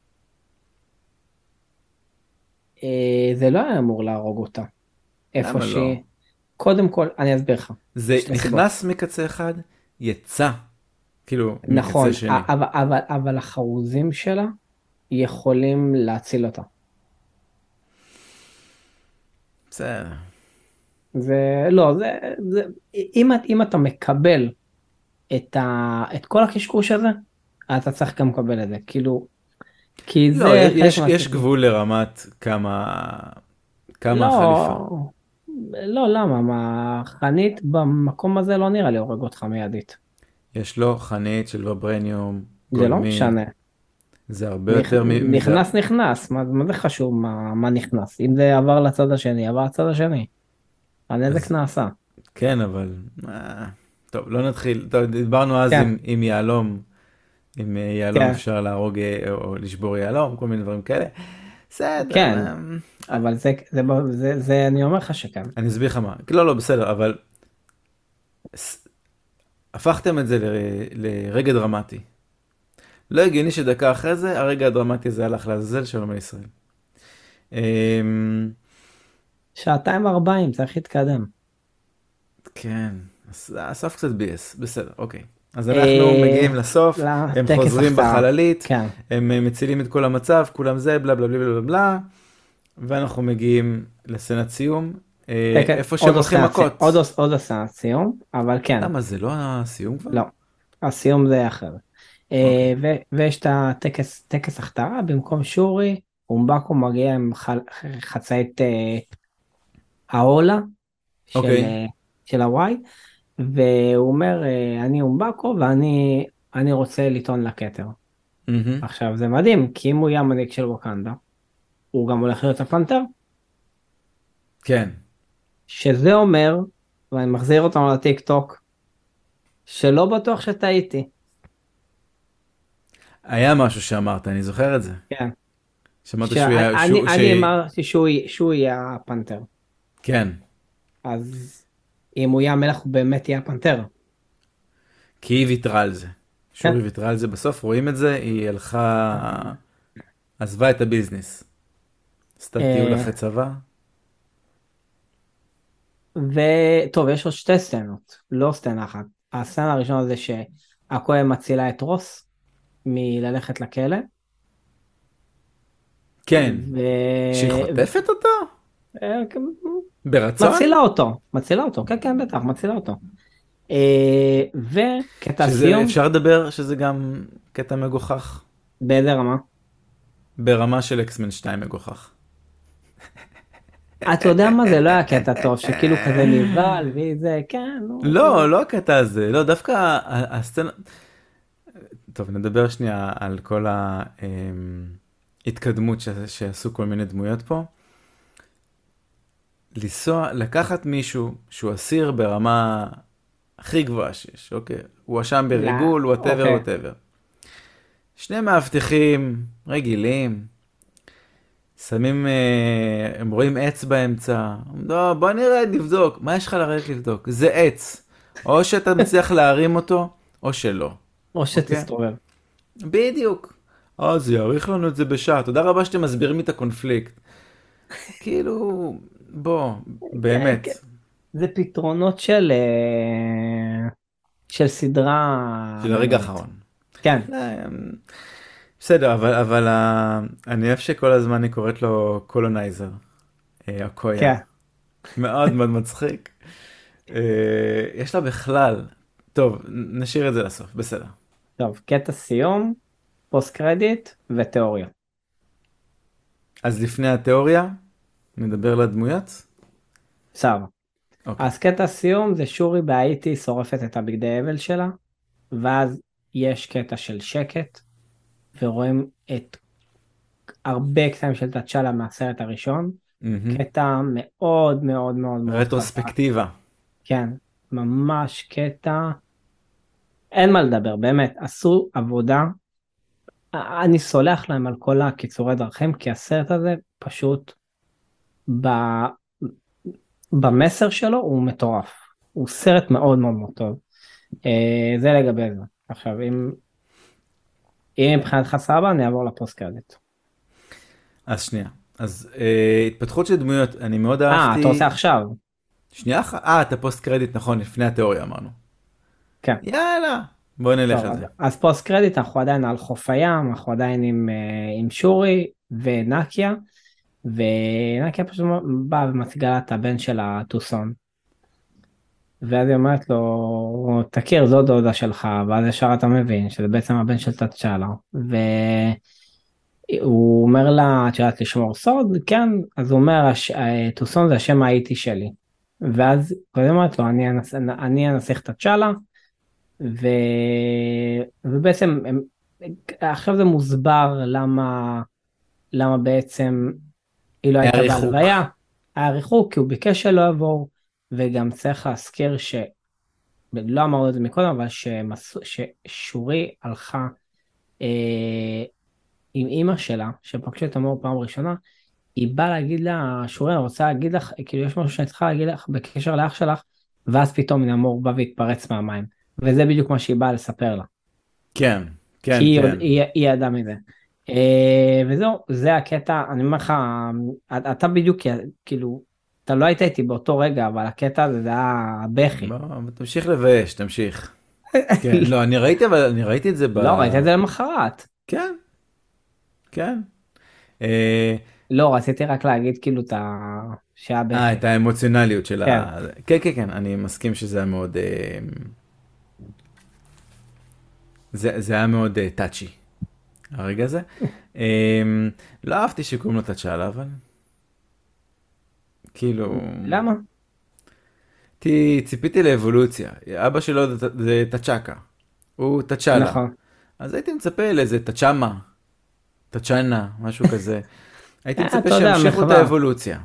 זה לא היה אמור להרוג אותה. איפה למה לא? קודם כל, אני אסביר לך. זה נכנס מקצה אחד, יצא, כאילו, נכון, מקצה שני. אבל החרוזים שלה יכולים להציל אותה. בסדר. זה לא, אם אתה מקבל את כל הקשקוש הזה, אתה צריך גם לקבל את זה, כאילו, כי לא, זה חלק יש מהסיפור. גבול לרמת כמה החליפה. לא, לא, למה? מה, חנית במקום הזה לא נראה לי הורג אותך מיידית. יש לו חנית של וברניום, זה לא גולמי, משנה. זה הרבה יותר מזה. נכנס, נכנס, מה זה חשוב מה נכנס? אם זה עבר לצד השני, עבר לצד השני. הנזק אז נעשה. כן, אבל... טוב, לא נתחיל. טוב, דיברנו אז כן, עם יהלום, עם יהלום כן, אפשר להרוג או לשבור יהלום, כל מיני דברים כאלה. בסדר, כן, אבל זה אני אומר לך שכן. אני אסביר לך מה. לא, לא, בסדר, אבל הפכתם את זה לרגע דרמטי. לא הגיוני שדקה אחרי זה, הרגע הדרמטי הזה הלך לעזאזל, שלום על ישראל. אמ, 2:40, צריך להתקדם. כן, הסוף קצת ביאס, בסדר, אוקיי. אז אנחנו אה, מגיעים לסוף, הם לטקס חוזרים הכתרה. בחללית, כן. הם מצילים את כל המצב, כולם זה, בלה בלה בלה בלה בלה, ואנחנו מגיעים לסצנת סיום, איפה שהם הולכים מכות. עוד הסצנת סיום, אבל כן, למה זה לא הסיום כבר? לא, הסיום זה אחר. אוקיי. ויש את טקס הכתרה, במקום שורי, אומבקו מגיע עם חצאית העולה של, אוקיי. של הוואי, והוא אומר, אני אומבקו ואני רוצה לטעון לכתר. מהמם. עכשיו זה מדהים, כי אם הוא יהיה המנהיג של ווקנדה, הוא גם הולך להיות הפנתר, כן. שזה אומר, ואני מחזיר אותנו לטיק טוק, שלא בטוח שטעיתי. היה משהו שאמרת, אני זוכר את זה. כן. שאמרת שהוא היה, אני אמרתי שהוא יהיה הפנתר. כן. אז אם הוא יהיה המלך הוא באמת יהיה הפנתר. כי היא ויתרה על זה. כן. שורי ויתרה על זה בסוף, רואים את זה, היא הלכה, עזבה את הביזנס. עשתה טיול אה, אחרי צבא. וטוב, יש עוד שתי סצנות, לא סצנה אחת. הסצנה הראשונה זה שהכהן מצילה את רוס מללכת לכלא. כן. ו... שהיא חוטפת אותו? אה, ברצון? מצילה אותו, כן, כן, בטח, מצילה אותו. וקטע שזה, סיום, אפשר לדבר שזה גם קטע מגוחך? באיזה רמה? ברמה של אקסמן 2 מגוחך. אתה יודע מה זה לא היה קטע טוב, שכאילו כזה נבהל, וזה, כן, לא, לא הקטע הזה, לא, דווקא הסצנה... טוב, נדבר שנייה על כל ההתקדמות שעשו כל מיני דמויות פה. לקחת מישהו שהוא אסיר ברמה הכי גבוהה שיש, אוקיי? הוא אשם לא, בריגול, whatever, אוקיי. whatever. שני מאבטחים רגילים, שמים, הם רואים עץ באמצע, לא, בוא נראה, נבדוק. מה יש לך לרדת לבדוק? זה עץ. או שאתה מצליח להרים אותו, או שלא. או אוקיי? שתסתובב. בדיוק. זה יאריך לנו את זה בשעה. תודה רבה שאתם מסבירים לי את הקונפליקט. כאילו, בוא, כן, באמת. כן. זה פתרונות של סדרה של הרגע מנועית. האחרון. כן, בסדר, אבל אני אוהב שכל הזמן אני קוראת לו קולונייזר, הקויה. כן. מאוד מאוד מצחיק. יש לה בכלל, טוב, נשאיר את זה לסוף, בסדר. טוב, קטע סיום, פוסט קרדיט ותיאוריה. אז לפני התיאוריה, נדבר לדמויות? סבבה. אוקיי. אז קטע סיום זה שורי בהאיטי שורפת את הבגדי אבל שלה, ואז יש קטע של שקט, ורואים את הרבה קטעים של תצ'אלה מהסרט הראשון, מהמם. קטע מאוד מאוד מאוד מאוד חזק. רטרוספקטיבה. כן, ממש קטע, אין מה לדבר, באמת, עשו עבודה, אני סולח להם על כל הקיצורי דרכים, כי הסרט הזה פשוט ב... במסר שלו הוא מטורף, הוא סרט מאוד מאוד מאוד טוב. זה לגבי זה. עכשיו, אם מבחינתך סבבה, אני אעבור לפוסט קרדיט. אז שנייה. אז התפתחות של דמויות, אני מאוד אתה עושה אהבתי. עכשיו? שנייה אחת, את הפוסט קרדיט, נכון, לפני התיאוריה אמרנו. כן. יאללה, בוא נלך טוב, על זה. אז פוסט קרדיט, אנחנו עדיין על חוף הים, אנחנו עדיין עם שורי ונקיה, ונקיה פשוט באה ומציגה לה את הבן של הטוסון. ואז היא אומרת לו, תכיר, זו דודה שלך, ואז ישר אתה מבין שזה בעצם הבן של תצ'אלה. והוא אומר לה, את יודעת לשמור סוד? כן. אז הוא אומר, טוסון זה השם האיטי שלי. ואז היא אומרת לו, אני הנסיך תצ'אלה, ו... ובעצם עכשיו זה מוסבר למה בעצם היא לא הייתה הריחוק. בהלוויה. היה ריחוק, כי הוא ביקש שלא יבואו, וגם צריך להזכיר לא אמרנו את זה מקודם, אבל ששורי הלכה אה, עם אימא שלה, שפגשו את המור פעם ראשונה, היא באה להגיד לה, שורי, אני רוצה להגיד לך, כאילו יש משהו שאני צריכה להגיד לך בקשר לאח שלך, ואז פתאום המור בא והתפרץ מהמים. וזה בדיוק מה שהיא באה לספר לה. כן, כי כן, כן. היא ידעה מזה. וזהו, זה הקטע, אני אומר לך, אתה בדיוק, כאילו, אתה לא היית איתי באותו רגע, אבל הקטע הזה זה היה בכי. בוא, תמשיך לבייש, תמשיך. כן, לא, אני ראיתי, אבל אני ראיתי את זה לא, ראית את זה למחרת. כן, כן. אה, לא, רציתי רק להגיד כאילו שהיה בכי. את האמוציונליות של כן. כן, כן, כן, אני מסכים שזה היה מאוד... זה היה מאוד טאצ'י, הרגע הזה. לא אהבתי שקוראים לו תצ'אלה, אבל... כאילו... למה? ציפיתי לאבולוציה. אבא שלו זה תצ'קה. הוא תצ'אלה. נכון. אז הייתי מצפה לאיזה תצ'אמה, תצ'אנה, משהו כזה. הייתי מצפה אתה יודע, שימשיכו את מחווה. האבולוציה.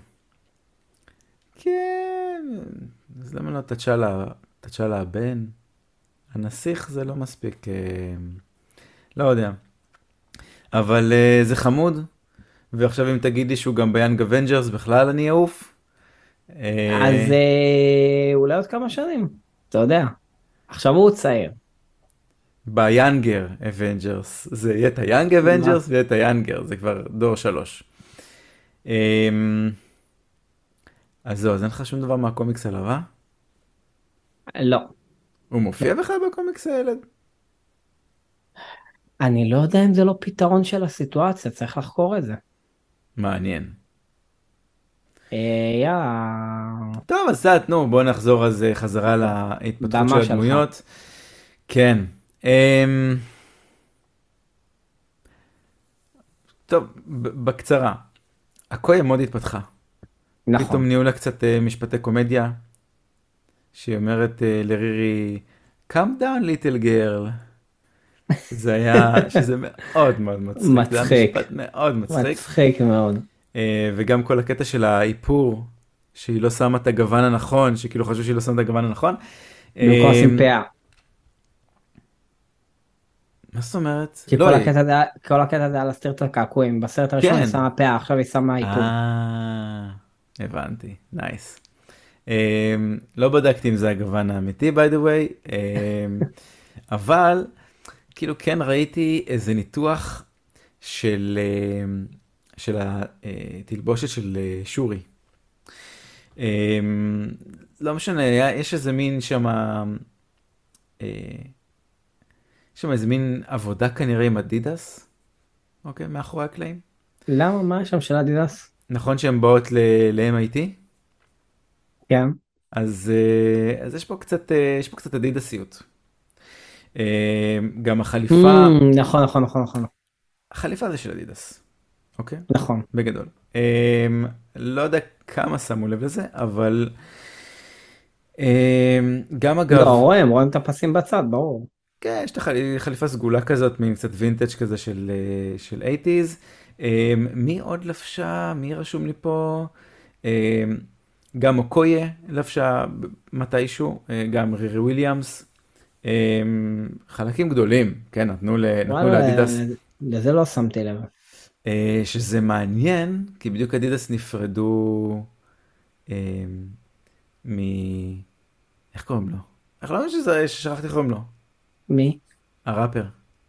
כן, אז למה לא תצ'אלה הבן? הנסיך זה לא מספיק, לא יודע. אבל זה חמוד, ועכשיו אם תגידי שהוא גם ביאנג אבנג'רס, בכלל אני אעוף. אז אולי עוד כמה שנים, אתה יודע. עכשיו הוא צעיר. ביאנגר אבנג'רס, זה יהיה את היאנג מה? אבנג'רס ויהיה את היאנגר, זה כבר דור 3. אז זהו, אז אין לך שום דבר מהקומיקס עליו, אה? לא. הוא מופיע בכלל בקומיקס הילד? אני לא יודע אם זה לא פתרון של הסיטואציה, צריך לחקור את זה. מעניין. יאללה, טוב, אז נו, בוא נחזור אז חזרה להתפתחות של במה שלך. הדמויות. כן. טוב, בקצרה. הקויה מאוד התפתחה. פתאום נכון. נהיו לה קצת משפטי קומדיה, שהיא אומרת לרירי, come down little girl. זה היה, שזה מאוד מאוד מצחיק. זה היה מצחיק. משפט מאוד מצחיק. מצחיק מאוד. וגם כל הקטע של האיפור, שהיא לא שמה את הגוון הנכון, שכאילו חשבו שהיא לא שמה את הגוון הנכון. במקום לשים פאה. מה זאת אומרת? כי לא, כל הקטע זה היה להסתיר את הקעקועים. בסרט הראשון היא כן. שמה פאה, עכשיו היא שמה איפור. הבנתי, נייס. לא בדקתי אם זה הגוון האמיתי, by the way, אבל כאילו כן ראיתי איזה ניתוח של התלבושת של שורי. לא משנה, יש איזה מין שם איזה מין עבודה כנראה עם אדידס, אוקיי, מאחורי הקלעים. למה? מה יש שם של אדידס? נכון שהן באות ל-MIT? כן. אז יש פה קצת אדידסיות. גם החליפה, נכון, נכון, נכון, נכון. החליפה זה של אדידס, אוקיי? נכון. בגדול. לא יודע כמה שמו לב לזה, אבל גם אגב, לא, רואים את הפסים בצד, ברור. כן, יש את חליפה סגולה כזאת, מין קצת וינטג' כזה של 80's. מי עוד לבשה? מי רשום לי פה? גם אוקויה לבשה מתישהו, גם רירי וויליאמס. חלקים גדולים, כן, נתנו לאדידס. לזה לא שמתי לב. שזה מעניין, כי בדיוק אדידס נפרדו מ... איך קוראים לו? איך לא יודע ששכחתי איך קוראים לו? מי? הראפר.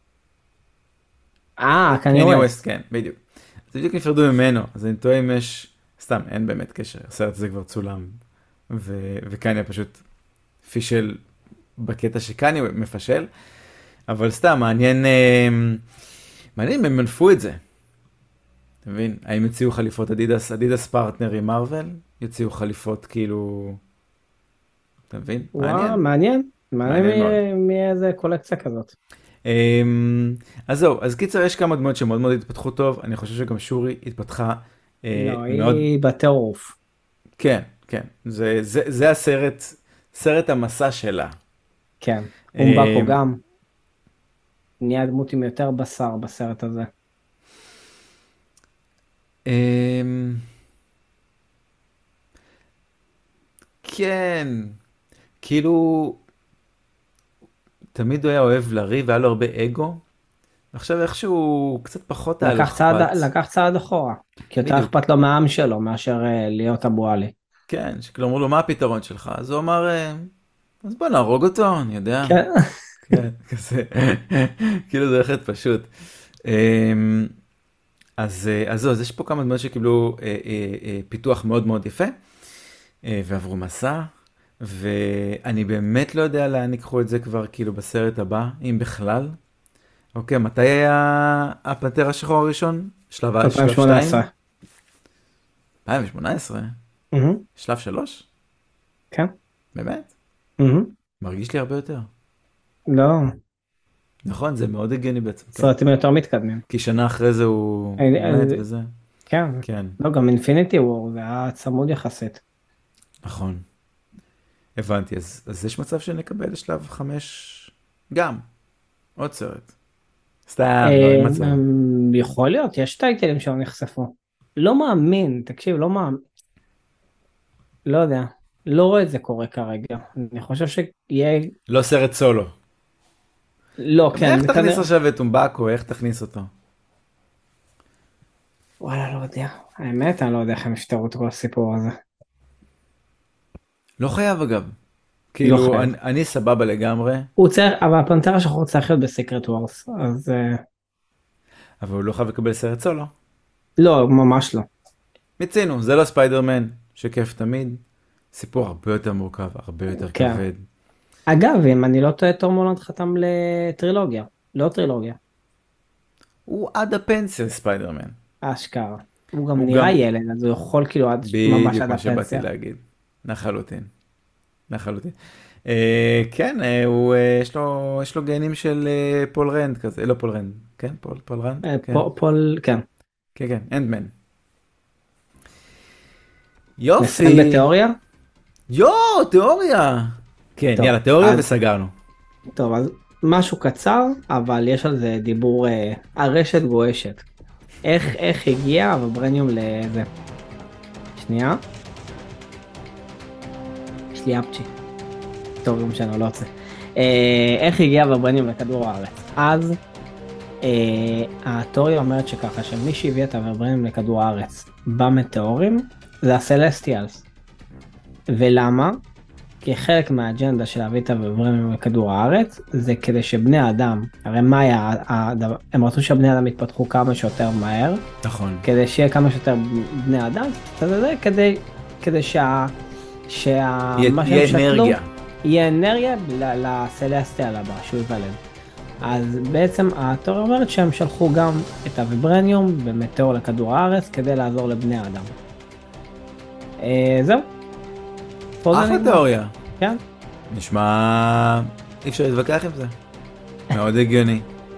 קניה ווסט. ווסט, כן, בדיוק. אז בדיוק נפרדו ממנו, אז אני טועה אם יש, סתם, אין באמת קשר, הסרט הזה כבר צולם, וקניה פשוט פישל בקטע שקניה מפשל, אבל סתם, מעניין אם הם מנפו את זה. אתה מבין? האם יוציאו חליפות אדידס פרטנר עם מרוול, יוציאו חליפות כאילו, אתה מבין? וואו, מעניין. מעניין מאוד. מעניין מאיזה קולקציה כזאת. אז זהו, אז קיצר יש כמה דמויות שמאוד מאוד התפתחו טוב, אני חושב שגם שורי התפתחה לא, מאוד, היא בטירוף. כן, כן, זה הסרט, סרט המסע שלה. כן. אה, אומבקו גם. נהיה דמות עם יותר בשר בסרט הזה. אמ, כן, כאילו, תמיד הוא היה אוהב לריב והיה לו הרבה אגו, ועכשיו איכשהו קצת פחות היה לו אכפת. לקח צעד אחורה. כי יותר בדיוק, אכפת לו מהעם שלו מאשר להיות אבו עלי. כן, שכאילו אמרו לו מה הפתרון שלך, אז הוא אמר, אז בוא נהרוג אותו, אני יודע. כן. כן, כזה, כאילו זה הולכת פשוט. אז זהו, אז יש פה כמה דמות שקיבלו פיתוח מאוד מאוד יפה, ועברו מסע, ואני באמת לא יודע לאן ייקחו את זה כבר כאילו בסרט הבא, אם בכלל. אוקיי, מתי היה הפנתר השחור הראשון? שלב 2? 2018. 2018? מהמם. שלב 3? כן. באמת? מהמם. מרגיש לי הרבה יותר. לא, נכון, זה מאוד הגיוני בעצם. כן. סרטים יותר מתקדמים. כי שנה אחרי זה הוא אה, מת וזה. כן. כן, לא, גם אינפיניטי וור, זה היה צמוד יחסית. נכון. הבנתי, אז יש מצב שנקבל לשלב 5 גם. עוד סרט. סתם, לא, אין מצב. יכול להיות, יש טייטלים שם נחשפו. לא מאמין, תקשיב, לא מאמין. לא יודע, לא רואה את זה קורה כרגע. אני חושב שיהיה... לא סרט סולו. לא, כן, איך זה תכניס כנראה... עכשיו את טומבקו? איך תכניס אותו? וואלה, לא יודע. האמת, אני לא יודע איך הם יפתרו את כל הסיפור הזה. לא חייב אגב. לא כאילו, חייב. אני סבבה לגמרי, הוא צריך, אבל הפנתר השחור צריך להיות בסיקרט וורס, אז אבל הוא לא חייב לקבל סרט סולו. לא, ממש לא. מיצינו, זה לא ספיידרמן, שכיף תמיד. סיפור הרבה יותר מורכב, הרבה יותר כן. כבד. אגב, אם אני לא טועה, תום הולנד חתם לטרילוגיה. לא טרילוגיה, הוא עד הפנסיה ספיידרמן. אשכרה. הוא גם הוא נראה גם- ילד, אז הוא יכול כאילו ממש בדיוק עד מה שבאתי הפנסיה. להגיד. לחלוטין. לחלוטין. כן, יש לו גנים של פול רנד כזה, לא פול רנד, כן? פול רנד? כן, פול, כן. כן, כן, אנדמן. נסיים יופי! בתיאוריה? תיאוריה! כן, טוב, יאללה, תיאוריה אז- וסגרנו. טוב, אז משהו קצר, אבל יש על זה דיבור, הרשת גועשת. איך הגיע הוויברניום לזה? שנייה. יש לי אפצ'י. טוב, לא משנה, לא רוצה. איך הגיע הוויברניום לכדור הארץ? אז התיאוריה אומרת שככה, שמי שהביא את הוויברניום לכדור הארץ במטאורים, זה הסלסטיאלס. ולמה? כי חלק מהאג'נדה של להביא את הוויברניום לכדור הארץ, זה כדי שבני האדם, הרי מה היה הדבר, הם רצו שהבני האדם יתפתחו כמה שיותר מהר, נכון. כדי שיהיה כמה שיותר בני אדם, כדי מה שהם יהיה שקלו, אנרגיה. יהיה אנרגיה לסלסטיאל הבא, שהוא ייוולד. אז בעצם התיאוריה אומרת שהם שלחו גם את הוויברניום במטאור לכדור הארץ כדי לעזור לבני האדם. זהו. פה זה אחלה נגמר. תיאוריה. כן. נשמע... אי אפשר להתווכח עם זה. מאוד הגיוני.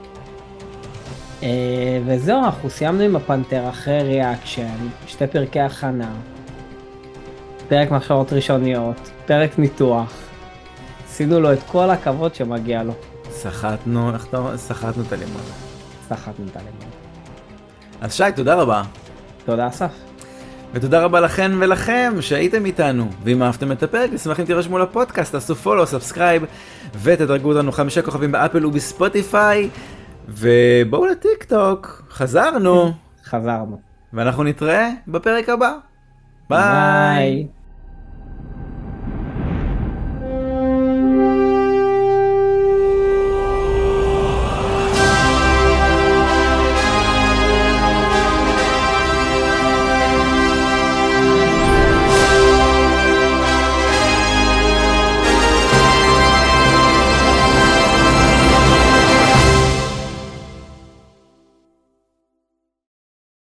וזהו, אנחנו סיימנו עם הפנתר אחרי ריאקשן, שתי פרקי הכנה, פרק מחשבות ראשוניות, פרק ניתוח. עשינו לו את כל הכבוד שמגיע לו. סחטנו את הלימון. סחטנו את הלימון. אז שי, תודה רבה. תודה אסף. ותודה רבה לכן ולכם שהייתם איתנו. ואם אהבתם את הפרק, נשמח אם תירשמו לפודקאסט, תעשו פולו, סאבסקרייב, ותדרגו אותנו 5 כוכבים באפל ובספוטיפיי. ובואו לטיק טוק, חזרנו. חזרנו. ואנחנו נתראה בפרק הבא. ביי. ביי.